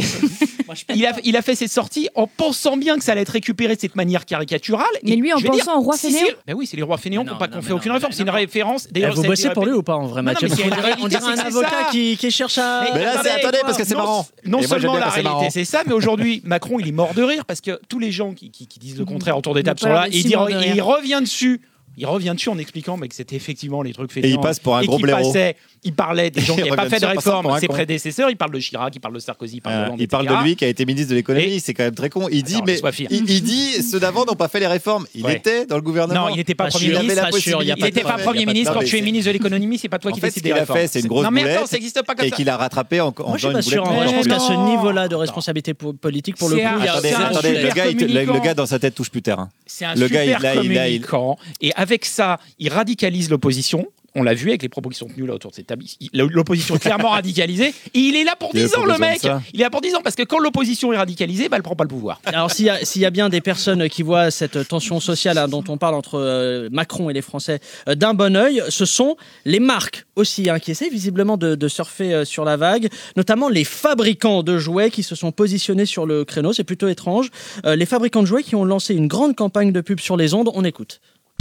cette sortie en pensant bien que ça allait être récupéré de cette manière caricaturale. Mais lui, en pensant au roi fainéant. Ben oui, c'est les rois fainéants qui n'ont fait aucune réforme. C'est une référence. Vous bossez pour lui ou pas en vrai, Mathieu? On dirait un avocat qui cherche à. Mais là, attendez, parce que c'est marrant. Non seulement la réalité, c'est ça, mais aujourd'hui, Macron, il est mort de rire parce que tous les gens qui disent le contraire autour des tables sont là, et il revient dessus. Il revient dessus en expliquant que c'était effectivement les trucs fainéants. Et il passe pour un gros blaireau. Il parlait des gens qui n'avaient pas fait de réforme, ses prédécesseurs. Il parle de Chirac, il parle de Sarkozy, il parle de Hollande, il parle de lui qui a été ministre de l'économie. C'est quand même très con. Il dit, il dit ceux d'avant n'ont pas fait les réformes. Il était dans le gouvernement. Non, il n'était pas Premier ministre. Il n'était pas Premier ministre. Quand tu es ministre de l'économie, c'est pas toi qui décides des réformes. Ce qu'il a fait, c'est une grosse boulette. Et qu'il a rattrapé en faisant une boulette. Je pense qu'à ce niveau-là de responsabilité politique, pour le coup, il y a. Attendez, le gars dans sa tête touche plus terre. C'est un super communicant. Et avec ça, il radicalise l'opposition. On l'a vu avec les propos qui sont tenus là autour de cette table. L'opposition est clairement radicalisée. Et il est là pour 10 ans, le mec. Il est là pour 10 ans parce que quand l'opposition est radicalisée, elle prend pas le pouvoir. Alors, s'il y a bien des personnes qui voient cette tension sociale dont on parle entre Macron et les Français d'un bon œil, ce sont les marques aussi qui essaient visiblement de surfer sur la vague, notamment les fabricants de jouets qui se sont positionnés sur le créneau. C'est plutôt étrange. Les fabricants de jouets qui ont lancé une grande campagne de pub sur les ondes. On écoute.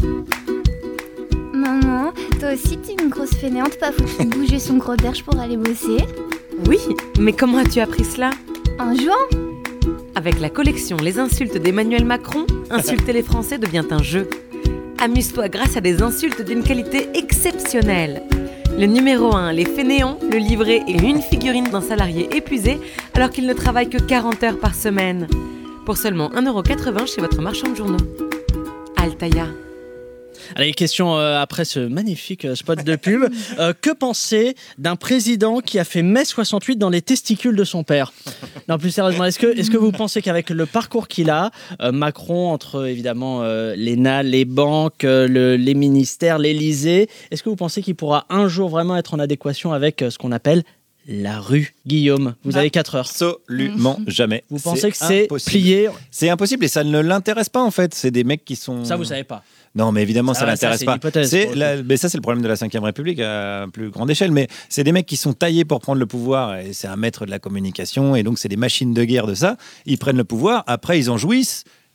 Maman, toi aussi t'es une grosse fainéante, pas foutu de bouger son gros berge pour aller bosser? Oui, mais comment as-tu appris cela? En jouant. Avec la collection Les insultes d'Emmanuel Macron, insulter les Français devient un jeu. Amuse-toi grâce à des insultes d'une qualité exceptionnelle. Le numéro 1, les fainéants, le livret et une figurine d'un salarié épuisé alors qu'il ne travaille que 40 heures par semaine. Pour seulement 1,80€ chez votre marchand de journaux. Altaïa. Allez, question après ce magnifique spot de pub. Que penser d'un président qui a fait mai 68 dans les testicules de son père? Non, plus sérieusement, est-ce que vous pensez qu'avec le parcours qu'il a, Macron, entre évidemment l'ENA, les banques, les ministères, l'Élysée, est-ce que vous pensez qu'il pourra un jour vraiment être en adéquation avec ce qu'on appelle la rue? Guillaume, vous avez 4 heures. Absolument jamais. Vous pensez que c'est plié? C'est impossible et ça ne l'intéresse pas en fait. C'est des mecs qui sont... Ça, vous savez pas. Non, mais évidemment, ça l'intéresse pas. Mais ça, c'est le problème de la Ve République à plus grande échelle. Mais c'est des mecs qui sont taillés pour prendre le pouvoir. Et c'est un maître de la communication. Et donc, c'est des machines de guerre de ça. Ils prennent le pouvoir. Après, ils en jouissent.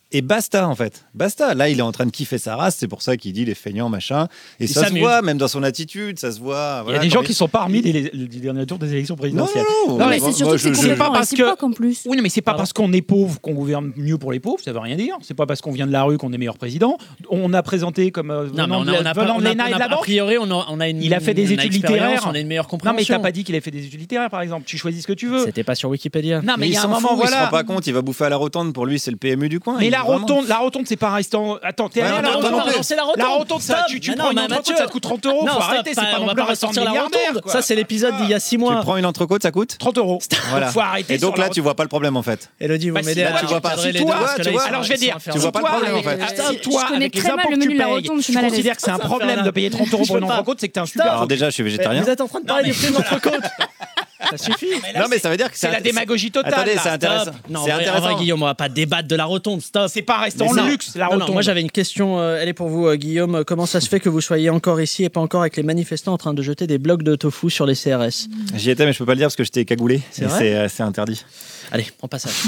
Et basta, en fait. Basta. Là, il est en train de kiffer sa race. C'est pour ça qu'il dit les feignants, machin. Et ça se voit, même dans son attitude, ça se voit. Il y a des gens qui sont pas remis des derniers tours des élections présidentielles. Non, mais c'est surtout que c'est complètement réciproque en plus. Oui, mais c'est pas parce qu'on est pauvre qu'on gouverne mieux pour les pauvres. Ça veut rien dire. C'est pas parce qu'on vient de la rue qu'on est meilleur président. On a présenté comme venant de l'ENA et de la banque. A priori, on a une. Il a fait des études littéraires. On a une meilleure compréhension. Non, mais t'as pas dit qu'il a fait des études littéraires, par exemple. Tu choisis ce que tu veux. C'était pas sur Wikipédia. Non, mais il y a un moment, il se rend pas compte. Il va bouffer à la Rotonde. Pour lui, c'est le PMU du coin. Mais la Rotonde, c'est pas un restaurant. Attends, t'es allé à la Rotonde. C'est la Rotonde. La Rotonde, tu prends une entrecôte, ça te coûte 30 €. Faut arrêter, c'est pas non plus un restaurant de milliardaire. Ça, c'est l'épisode d'il y a 6 mois. Tu prends une entrecôte, ça coûte 30 €. Voilà. Faut arrêter. Et donc là, tu vois pas le problème en fait. Elodie, vous m'aidez à tu vois pas. Alors je vais dire, tu vois pas le problème en fait. Si toi, avec les impôts que tu payes, tu considères que c'est un problème de payer 30 € pour une entrecôte, c'est que t'es un super. Alors déjà, je suis végétarien. Vous êtes en train de parler du prix de l'entrecôte. Ça suffit. Non, mais ça veut dire que c'est la démagogie totale. Attendez, c'est intéressant. Non, c'est intéressant. Guillaume, on va pas débattre de la Rotonde. Stop. C'est pas un restaurant de luxe, la Rotonde. Moi, j'avais une question. Elle est pour vous, Guillaume. Comment ça se fait que vous soyez encore ici et pas encore avec les manifestants en train de jeter des blocs de tofu sur les CRS? J'y étais, mais je peux pas le dire parce que j'étais cagoulé. C'est interdit. Allez, on passe à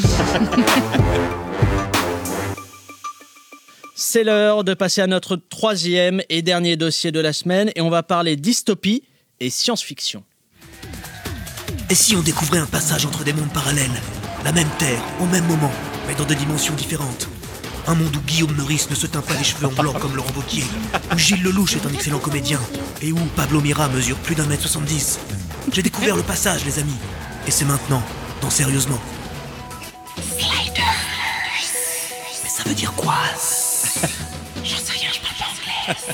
C'est l'heure de passer à notre 3e et dernier dossier de la semaine et on va parler dystopie et science-fiction. Et si on découvrait un passage entre des mondes parallèles, la même Terre, au même moment, mais dans des dimensions différentes? Un monde où Guillaume Meurice ne se teint pas les cheveux en blanc comme Laurent Wauquiez, où Gilles Lelouch est un excellent comédien, et où Pablo Mira mesure plus d'1m70. J'ai découvert le passage, les amis. Et c'est maintenant, dans Sérieusement. Mais ça veut dire quoi? J'en sais rien, je parle pas anglais.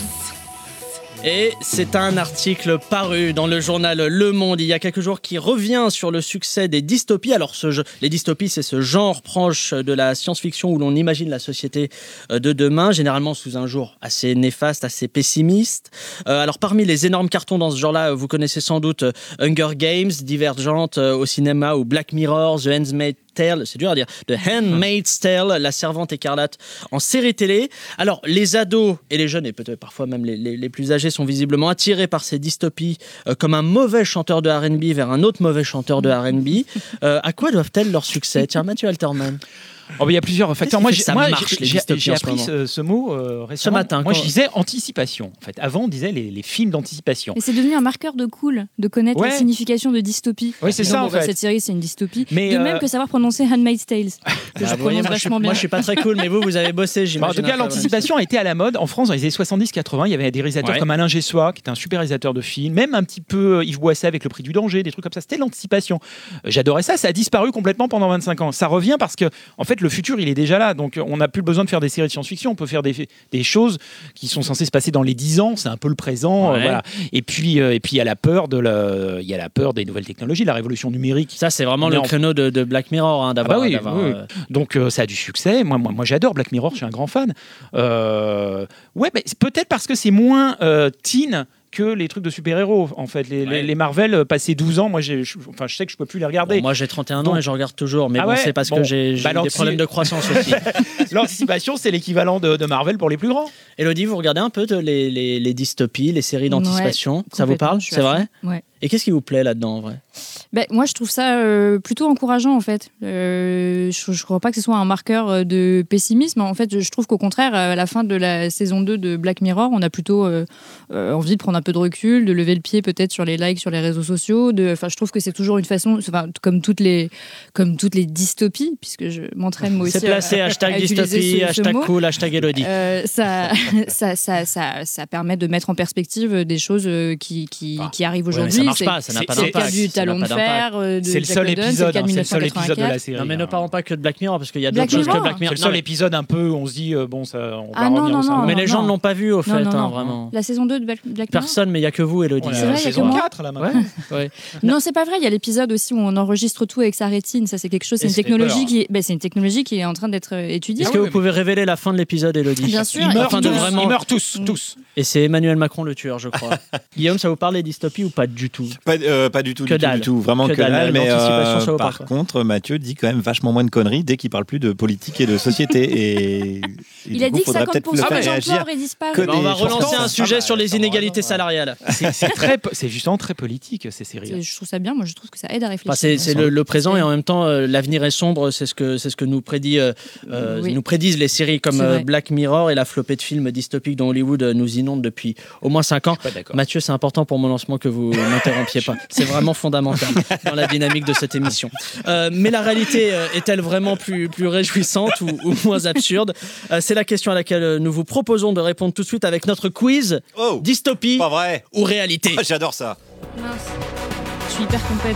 Et c'est un article paru dans le journal Le Monde il y a quelques jours qui revient sur le succès des dystopies. Alors les dystopies, c'est ce genre proche de la science-fiction où l'on imagine la société de demain, généralement sous un jour assez néfaste, assez pessimiste. Alors parmi les énormes cartons dans ce genre-là, vous connaissez sans doute Hunger Games, Divergente au cinéma ou Black Mirror, The Handmaid's Tale, c'est dur à dire, The Handmaid's Tale, La Servante écarlate en série télé. Alors les ados et les jeunes et peut-être parfois même les plus âgés sont visiblement attirés par ces dystopies comme un mauvais chanteur de R&B vers un autre mauvais chanteur de R&B. À quoi doivent-elles leur succès? Tiens, Mathieu Alterman. Oh, il y a plusieurs facteurs. Moi, j'ai appris ce mot récemment. Ce matin. Moi, je disais anticipation. En fait, avant, on disait les films d'anticipation. Et c'est devenu un marqueur de cool de connaître la signification de dystopie. Oui, c'est ça. En fait. Cette série, c'est une dystopie. Mais de même que savoir prononcer Handmaid's Tale. Que je prononce vachement bien. Moi, je suis pas très cool, mais vous avez bossé, j'imagine. En tout cas, l'anticipation a été à la mode en France dans les années 70-80. Il y avait des réalisateurs comme Alain Gessois, qui était un super réalisateur de films, même un petit peu Yves Boisset avec Le Prix du danger, des trucs comme ça. C'était l'anticipation. J'adorais ça. Ça a disparu complètement pendant 25 ans. Ça revient parce que, en fait, le futur, il est déjà là, donc on n'a plus besoin de faire des séries de science-fiction, on peut faire des choses qui sont censées se passer dans les 10 ans, c'est un peu le présent, voilà. Et puis il y a la peur des nouvelles technologies, la révolution numérique. Ça c'est vraiment le créneau de Black Mirror, d'avoir. Oui. Donc ça a du succès. Moi j'adore Black Mirror, je suis un grand fan. Mais peut-être parce que c'est moins teen que les trucs de super-héros. En fait, les Marvel, passé 12 ans, moi, je sais que je peux plus les regarder. Bon, moi, j'ai 31 ans et je regarde toujours. Mais c'est parce que j'ai des problèmes de croissance aussi. L'anticipation, c'est l'équivalent de Marvel pour les plus grands. Élodie, vous regardez un peu les dystopies, les séries d'anticipation. Ça vous parle? C'est vrai? Ouais. Et qu'est-ce qui vous plaît là-dedans, en vrai? Moi, je trouve ça plutôt encourageant, en fait. Je ne crois pas que ce soit un marqueur de pessimisme. En fait, je trouve qu'au contraire, à la fin de la saison 2 de Black Mirror, on a plutôt envie de prendre un peu de recul, de lever le pied peut-être sur les likes, sur les réseaux sociaux. Je trouve que c'est toujours une façon, comme toutes les dystopies, puisque je m'entraîne moi aussi. C'est placé, hashtag dystopie, hashtag cool, hashtag Élodie. Ça permet de mettre en perspective des choses qui arrivent aujourd'hui. Ça n'a pas d'impact. C'est le cas du Talon de Fer, c'est le seul épisode de la série. Non, mais ne parlons pas que de Black Mirror, parce qu'il y a d'autres choses que Black Mirror. C'est le seul épisode un peu où on se dit, on va revenir au sein. Mais les gens ne l'ont pas vu, au fait, vraiment. La saison 2 de Black Mirror. Personne, mais il n'y a que vous, Élodie. C'est vrai, il y a que moi. 4, là, maintenant. Non, c'est pas vrai. Il y a l'épisode aussi où on enregistre tout avec sa rétine. Ça, c'est quelque chose. C'est une technologie qui est en train d'être étudiée. Est-ce que vous pouvez révéler la fin de l'épisode, Élodie? Bien sûr. Ils meurent tous. Et c'est Emmanuel Macron le tueur, je crois. Guillaume, ça vous parle des dystopies ou pas du tout? tout. Pas du tout, du tout. Vraiment que dalle. Mais par contre, Mathieu dit quand même vachement moins de conneries dès qu'il parle plus de politique et de société. Et il a dit que 50% des emplois auraient disparu. On va relancer un sujet sur les inégalités salariales. C'est justement très politique, ces séries. Je trouve ça bien. Moi, je trouve que ça aide à réfléchir. C'est le présent et en même temps, l'avenir est sombre. C'est ce que nous prédisent les séries comme Black Mirror et la flopée de films dystopiques dont Hollywood nous inonde depuis au moins 5 ans. Mathieu, c'est important pour mon lancement que vous m'interrompiez pas. C'est vraiment fondamental dans la dynamique de cette émission. Mais la réalité est-elle vraiment plus réjouissante ou moins absurde ? C'est la question à laquelle nous vous proposons de répondre tout de suite avec notre quiz. Dystopie ou réalité ? J'adore ça. Mince. Je suis hyper complète.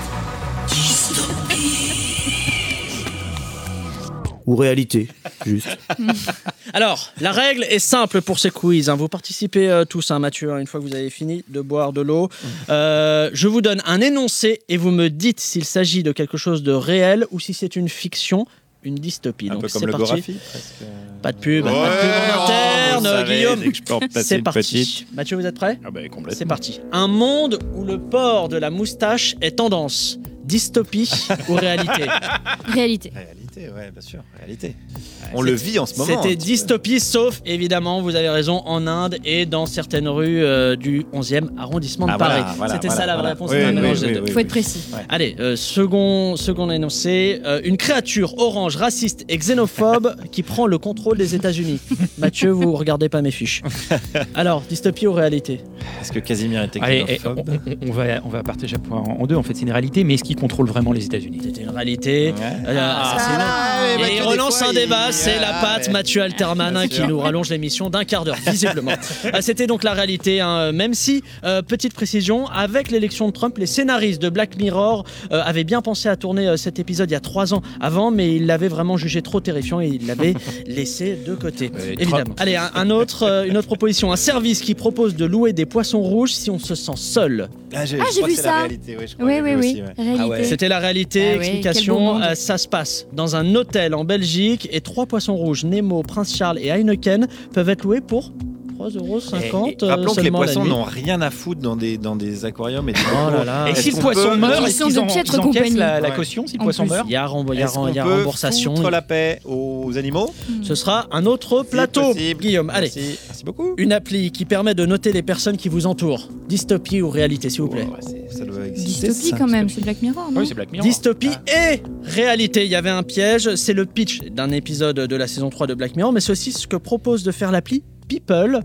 Ou réalité, juste. Alors, la règle est simple pour ces quiz. Vous participez tous, Mathieu, une fois que vous avez fini de boire de l'eau. Je vous donne un énoncé et vous me dites s'il s'agit de quelque chose de réel ou si c'est une fiction, une dystopie. Un peu comme le Gorafi, presque. Pas de pub en interne, Guillaume. C'est parti. Mathieu, vous êtes prêt ? Complètement. C'est parti. Un monde où le port de la moustache est tendance. Dystopie ou réalité ? Réalité. Réalité, ouais, bien sûr, réalité. On le vit en ce moment. C'était dystopie, sauf, évidemment, vous avez raison, en Inde et dans certaines rues du 11e arrondissement de Paris. C'était ça la vraie réponse. Il faut être précis. Ouais. Allez, second énoncé. Une créature orange, raciste et xénophobe qui prend le contrôle des États-Unis. Mathieu, vous regardez pas mes fiches. Alors, dystopie ou réalité ? Est-ce que Casimir était xénophobe ? On va partager en deux. En fait, c'est une réalité, mais est-ce qu'il contrôle vraiment les États-Unis ? C'était une réalité. Et il relance un débat, c'est la patte Mathieu Alterman qui nous rallonge l'émission d'1 quart d'heure, visiblement. C'était donc la réalité, même si, petite précision, avec l'élection de Trump, les scénaristes de Black Mirror avaient bien pensé à tourner cet épisode il y a 3 ans avant, mais ils l'avaient vraiment jugé trop terrifiant et ils l'avaient laissé de côté, évidemment. Allez, une autre proposition, un service qui propose de louer des poissons rouges si on se sent seul. J'ai vu ça. Oui. C'était la réalité. Explication, ça se passe dans un hôtel en Belgique et 3 poissons rouges, Nemo, Prince Charles et Heineken, peuvent être loués pour 3,50 €. Rappelons que les poissons n'ont rien à foutre dans des aquariums. Et si le poisson meurt, ils encaissent la caution si le poisson meurt. Il y a remboursation. Foutre la paix aux animaux. Ce sera un autre plateau, Guillaume. Allez, merci beaucoup. Une appli qui permet de noter les personnes qui vous entourent. Dystopie ou réalité, s'il vous plaît. Ça doit exister. Dystopie quand même, c'est Black Mirror, non ? Oui, c'est Black Mirror. Dystopie et réalité. Il y avait un piège, c'est le pitch d'un épisode de la saison 3 de Black Mirror, mais c'est aussi ce que propose de faire l'appli People,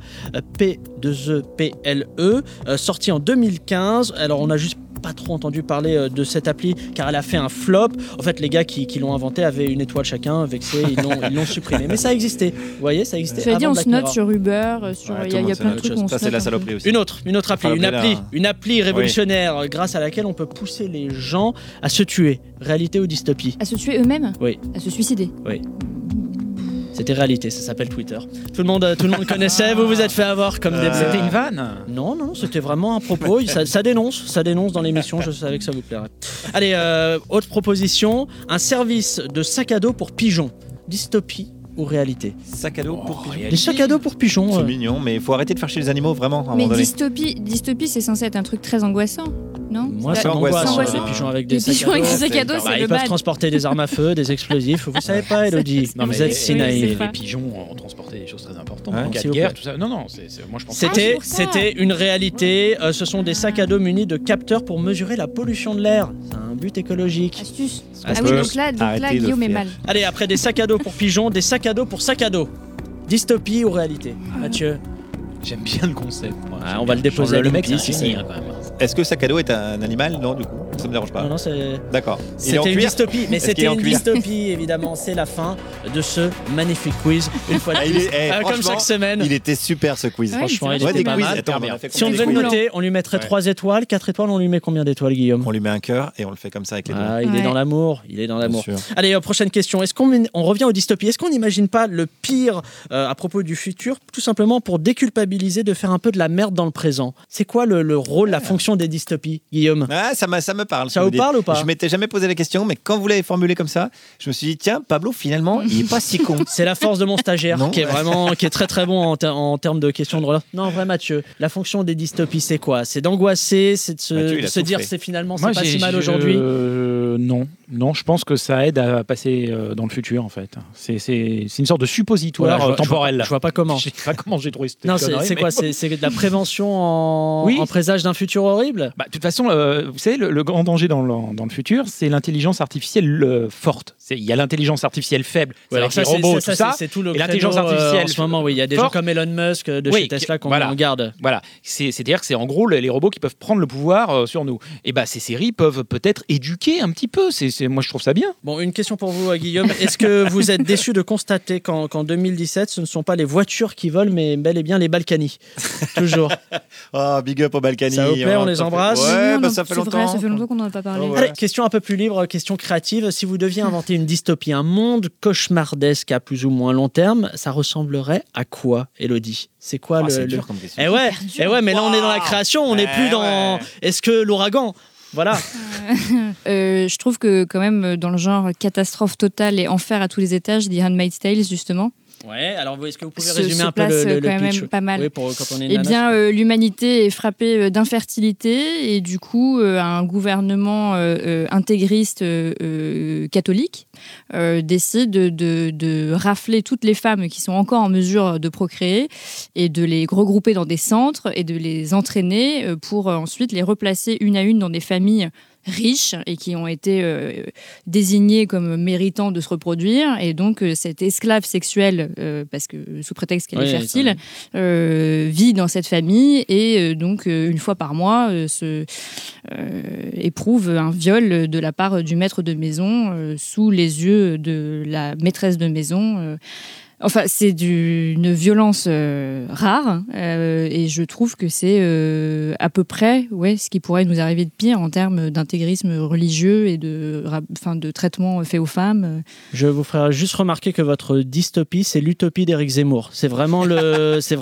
P2EPLE, sorti en 2015. Alors on a juste pas trop entendu parler de cette appli car elle a fait un flop. En fait, les gars qui l'ont inventé avaient une étoile chacun, vexés, ils l'ont supprimé. Mais ça existait. Vous voyez, ça existait. Tu as dit on se note sur Uber, il y a plein de trucs. Ça c'est la saloperie aussi. Une autre appli, une appli révolutionnaire grâce à laquelle on peut pousser les gens à se tuer. Réalité ou dystopie ? À se tuer eux-mêmes ? Oui. À se suicider ? Oui. C'était réalité, ça s'appelle Twitter. Tout le monde connaissait, vous êtes fait avoir comme des... C'était une vanne ? Non, c'était vraiment un propos. Ça dénonce dans l'émission, je savais que ça vous plairait. Allez, autre proposition, un service de sac à dos pour pigeons. Dystopie ou réalité ? Sac à dos pour pigeons. Des sacs à dos pour pigeons. C'est mignon, mais il faut arrêter de faire chez les animaux, vraiment. Mais dystopie, c'est censé être un truc très angoissant, non ? Moi, ça m'angoisse. Les pigeons avec des sacs à dos. Ils peuvent transporter des armes à feu, des explosifs. Vous savez pas, Elodie. Vous êtes si naïf. Les pigeons ont transporté des choses très importantes. En cas de guerre, tout ça. Non, moi je pense. C'était une réalité. Ce sont des sacs à dos munis de capteurs pour mesurer la pollution de l'air. C'est un but écologique. Astuce. Ah oui, donc là Guillaume est mal. Allez, après des sacs à dos pour pigeons, des sacs à dos pour sacs à dos. Dystopie ou réalité ? Mathieu ? J'aime bien le concept. On va le déposer. Le mec, c'est quand même. Est-ce que sac à dos est un animal ? Non, du coup, ça me dérange pas. Non, c'est. D'accord. C'était une dystopie, mais c'était une dystopie, évidemment. C'est la fin de ce magnifique quiz. Une fois de plus, comme chaque semaine. Il était super ce quiz. Franchement, il était pas mal. Si on devait le noter, on lui mettrait 3 étoiles, 4 étoiles. On lui met combien d'étoiles, Guillaume ? On lui met un cœur et on le fait comme ça avec les doigts. Il est dans l'amour. Allez, prochaine question. On revient aux dystopies. Est-ce qu'on n'imagine pas le pire à propos du futur, tout simplement pour déculpabiliser de faire un peu de la merde dans le présent ? C'est quoi le rôle, la fonction des dystopies, Guillaume ? Ça me me parle. Ça vous parle ou pas? Je m'étais jamais posé la question, mais quand vous l'avez formulé comme ça, je me suis dit tiens, Pablo, finalement, il est pas si con. C'est la force de mon stagiaire qui est très très bon en termes de questions de relance. Non, en vrai, Mathieu, la fonction des dystopies, c'est quoi? C'est d'angoisser, c'est de se dire c'est finalement c'est pas si mal aujourd'hui. Non, je pense que ça aide à passer dans le futur en fait. C'est une sorte de suppositoire temporel. Je vois pas comment. Je sais pas comment j'ai trouvé cette Non, c'est quoi? C'est de la prévention en présage d'un futur horrible? De toute façon, vous savez, le grand danger dans le futur, c'est l'intelligence artificielle forte. Il y a l'intelligence artificielle faible, c'est avec les robots, tout ça. C'est tout le et l'intelligence artificielle en ce moment, oui. Il y a des gens comme Elon Musk de chez Tesla qu'on garde. Voilà. C'est-à-dire que c'est en gros les robots qui peuvent prendre le pouvoir sur nous. Et ces séries peuvent peut-être éduquer un petit peu. Moi, je trouve ça bien. Bon, une question pour vous, Guillaume. Est-ce que vous êtes déçu de constater qu'en 2017, ce ne sont pas les voitures qui volent, mais bel et bien les Balkany? Toujours. Oh, big up aux Balkany. Ça vous plaît, on les embrasse? Ouais, ça fait longtemps. Ça fait longtemps qu'on n'en a pas parlé. Allez, question un peu plus libre, question créative. Si vous deviez inventer une dystopie, un monde cauchemardesque à plus ou moins long terme, ça ressemblerait à quoi, Élodie? C'est quoi c'est dur comme question. Eh ouais, mais là on est dans la création, on n'est plus dans. Est-ce que l'ouragan? Voilà. Je trouve que quand même dans le genre catastrophe totale et enfer à tous les étages, The Handmaid's Tale justement. Ouais, alors est-ce que vous pouvez résumer un peu le quand pitch? même pas mal. Oui, quand on est l'humanité est frappée d'infertilité et du coup, un gouvernement intégriste catholique décide de rafler toutes les femmes qui sont encore en mesure de procréer et de les regrouper dans des centres et de les entraîner pour ensuite les replacer une à une dans des familles riches et qui ont été désignés comme méritant de se reproduire. Et donc, cette esclave sexuelle, parce que sous prétexte qu'elle est fertile, vit dans cette famille et donc, une fois par mois, éprouve un viol de la part du maître de maison sous les yeux de la maîtresse de maison. Enfin, c'est d'une violence rare et je trouve que c'est à peu près ce qui pourrait nous arriver de pire en termes d'intégrisme religieux et de traitement fait aux femmes. Je vous ferai juste remarquer que votre dystopie, c'est l'utopie d'Éric Zemmour. C'est vraiment c'est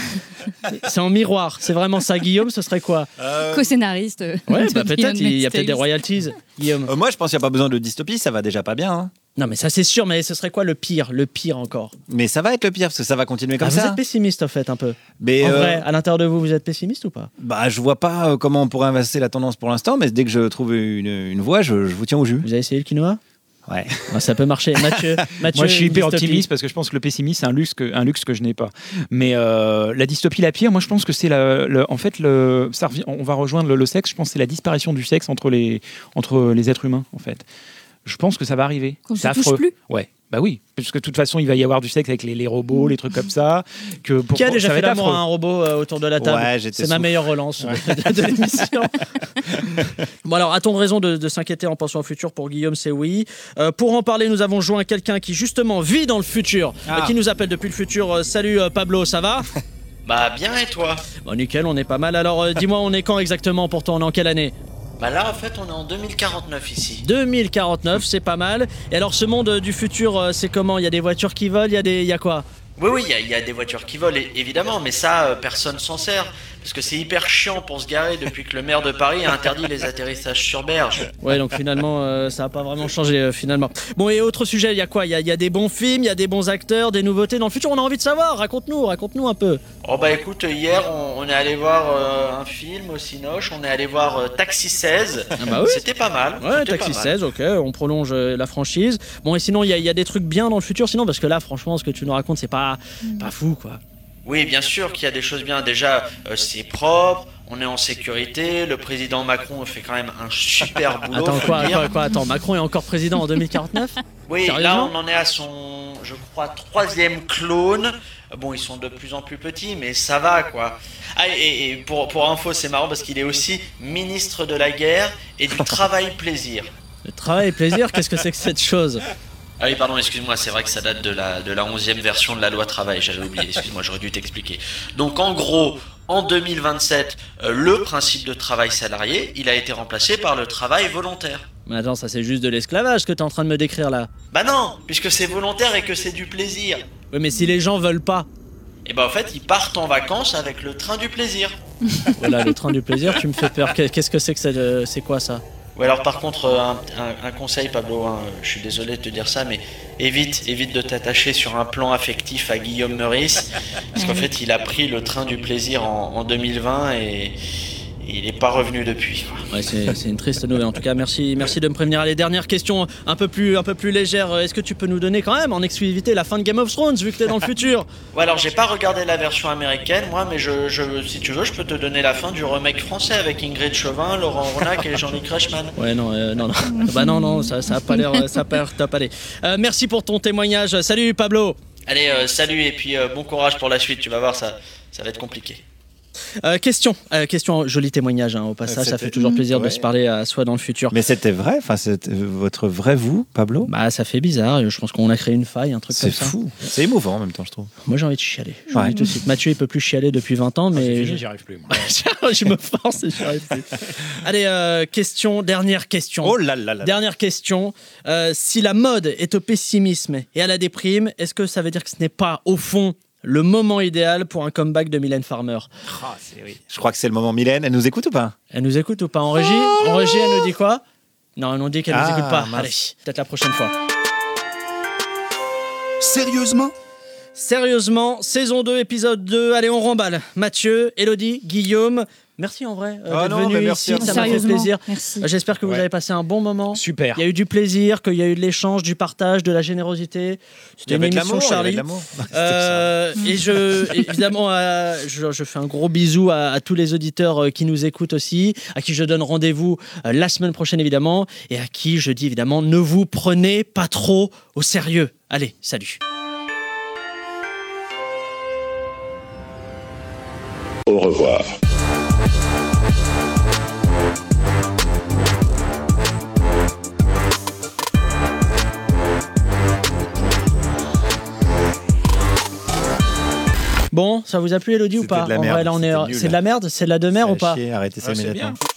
en miroir. C'est vraiment ça. Guillaume, ce serait quoi? Co-scénariste. Ouais, peut-être. Il y a peut-être des royalties. Guillaume. Moi, je pense qu'il n'y a pas besoin de dystopie. Ça va déjà pas bien. Hein. Non, mais ça c'est sûr, mais ce serait quoi le pire encore? Mais ça va être le pire, parce que ça va continuer comme ça. Vous êtes pessimiste, en fait, un peu. Mais en vrai, à l'intérieur de vous, vous êtes pessimiste ou pas? Je vois pas comment on pourrait inverser la tendance pour l'instant, mais dès que je trouve une voie, je vous tiens au jus. Vous avez essayé le quinoa? Ouais. Ça peut marcher. Mathieu, moi, je suis hyper optimiste parce que je pense que le pessimisme, c'est un luxe que je n'ai pas. Mais la dystopie la pire, moi, je pense que c'est on va rejoindre le sexe. Je pense que c'est la disparition du sexe entre les êtres humains, en fait. Je pense que ça va arriver. C'est affreux. Plus. Ouais. Oui, parce que de toute façon, il va y avoir du sexe avec les robots, les trucs comme ça. Qui a déjà fait l'amour à un robot autour de la table? C'est ma meilleure relance de l'émission. Bon alors, a-t-on raison de s'inquiéter en pensant au futur? Pour Guillaume, c'est oui. Pour en parler, nous avons joint quelqu'un qui justement vit dans le futur, qui nous appelle depuis le futur. Salut Pablo, ça va? Bien, et toi? Bon, nickel, on est pas mal. Alors, dis-moi, on est quand exactement pour toi? On est en quelle année? Là, en fait, on est en 2049 ici. 2049, c'est pas mal. Et alors, ce monde du futur, c'est comment? Il y a des voitures qui volent, il y a quoi? Oui, il y a des voitures qui volent, évidemment, mais ça, personne s'en sert. Parce que c'est hyper chiant pour se garer depuis que le maire de Paris a interdit les atterrissages sur berge. Ouais, donc finalement, ça n'a pas vraiment changé, finalement. Bon, et autre sujet, il y a quoi? Il y a des bons films, il y a des bons acteurs, des nouveautés dans le futur. On a envie de savoir, raconte-nous un peu. Écoute, hier, on est allé voir un film au Cinoche, on est allé voir Taxi 16. Oui. C'était pas mal. Ouais, Taxi 16, ok, on prolonge la franchise. Bon, et sinon, il y a des trucs bien dans le futur, sinon, parce que là, franchement, ce que tu nous racontes, c'est pas fou, quoi. Oui, bien sûr qu'il y a des choses bien. Déjà, c'est propre, on est en sécurité, le président Macron fait quand même un super boulot. Attends, Macron est encore président en 2049? Oui, là on en est à son, je crois, 3e clone. Bon, ils sont de plus en plus petits, mais ça va, quoi. Et pour info, c'est marrant parce qu'il est aussi ministre de la guerre et du travail-plaisir. Le travail-plaisir, qu'est-ce que c'est que cette chose? Ah oui, pardon, excuse-moi, c'est vrai que ça date de la 11e version de la loi travail, j'avais oublié, excuse-moi, j'aurais dû t'expliquer. Donc en gros, en 2027, le principe de travail salarié, il a été remplacé par le travail volontaire. Mais attends, ça c'est juste de l'esclavage que t'es en train de me décrire là. Non, puisque c'est volontaire et que c'est du plaisir. Oui, mais si les gens veulent pas? En fait, ils partent en vacances avec le train du plaisir. Voilà, le train du plaisir, tu me fais peur. Qu'est-ce que c'est que c'est quoi ça? Ou alors par contre, un conseil Pablo, hein, je suis désolé de te dire ça, mais évite de t'attacher sur un plan affectif à Guillaume Meurice, parce qu'en fait il a pris le train du plaisir en 2020 et il n'est pas revenu depuis. Ouais, c'est une triste nouvelle. En tout cas, merci de me prévenir. Allez, dernière question, un peu plus légère. Est-ce que tu peux nous donner quand même en exclusivité la fin de Game of Thrones, vu que t'es dans le futur? Ouais, alors j'ai pas regardé la version américaine, moi, mais si tu veux, je peux te donner la fin du remake français avec Ingrid Chauvin, Laurent Ronac et Jean-Luc Reichmann. Ouais, non. Bah non, ça a pas l'air top. Allez. Merci pour ton témoignage. Salut Pablo. Allez, salut et puis bon courage pour la suite. Tu vas voir, ça va être compliqué. Question, joli témoignage au passage, ça fait toujours plaisir de se parler à soi dans le futur. Mais c'était vrai, c'était votre vrai vous, Pablo? Bah ça fait bizarre, je pense qu'on a créé une faille, un truc comme ça. C'est fou, c'est émouvant en même temps, je trouve. Moi j'ai envie de chialer, tout de suite. Mathieu il peut plus chialer depuis 20 ans, mais j'y arrive plus. Moi. Je me force et j'y arrive plus. Allez, dernière question. Oh là là là. Dernière question. Si la mode est au pessimisme et à la déprime, est-ce que ça veut dire que ce n'est pas au fond le moment idéal pour un comeback de Mylène Farmer? Oui. Je crois que c'est le moment. Mylène, elle nous écoute ou pas? Elle nous écoute ou pas en régie? En régie, elle nous dit quoi? Non, elle nous dit qu'elle nous écoute pas. Allez, peut-être la prochaine fois. Sérieusement, saison 2, épisode 2. Allez, on remballe. Mathieu, Élodie, Guillaume. Merci en vrai d'être venu ici, ça m'a fait plaisir. Merci. J'espère que vous avez passé un bon moment. Super. Il y a eu du plaisir, qu'il y a eu de l'échange, du partage, de la générosité. C'était une émission Charlie. Et évidemment, je fais un gros bisou à tous les auditeurs qui nous écoutent aussi, à qui je donne rendez-vous la semaine prochaine évidemment, et à qui je dis évidemment ne vous prenez pas trop au sérieux. Allez, salut. Au revoir. Bon, ça vous a plu Élodie ou pas? En vrai, là, c'est de la merde, c'est de la demeure ou pas? Arrêtez ça immédiatement.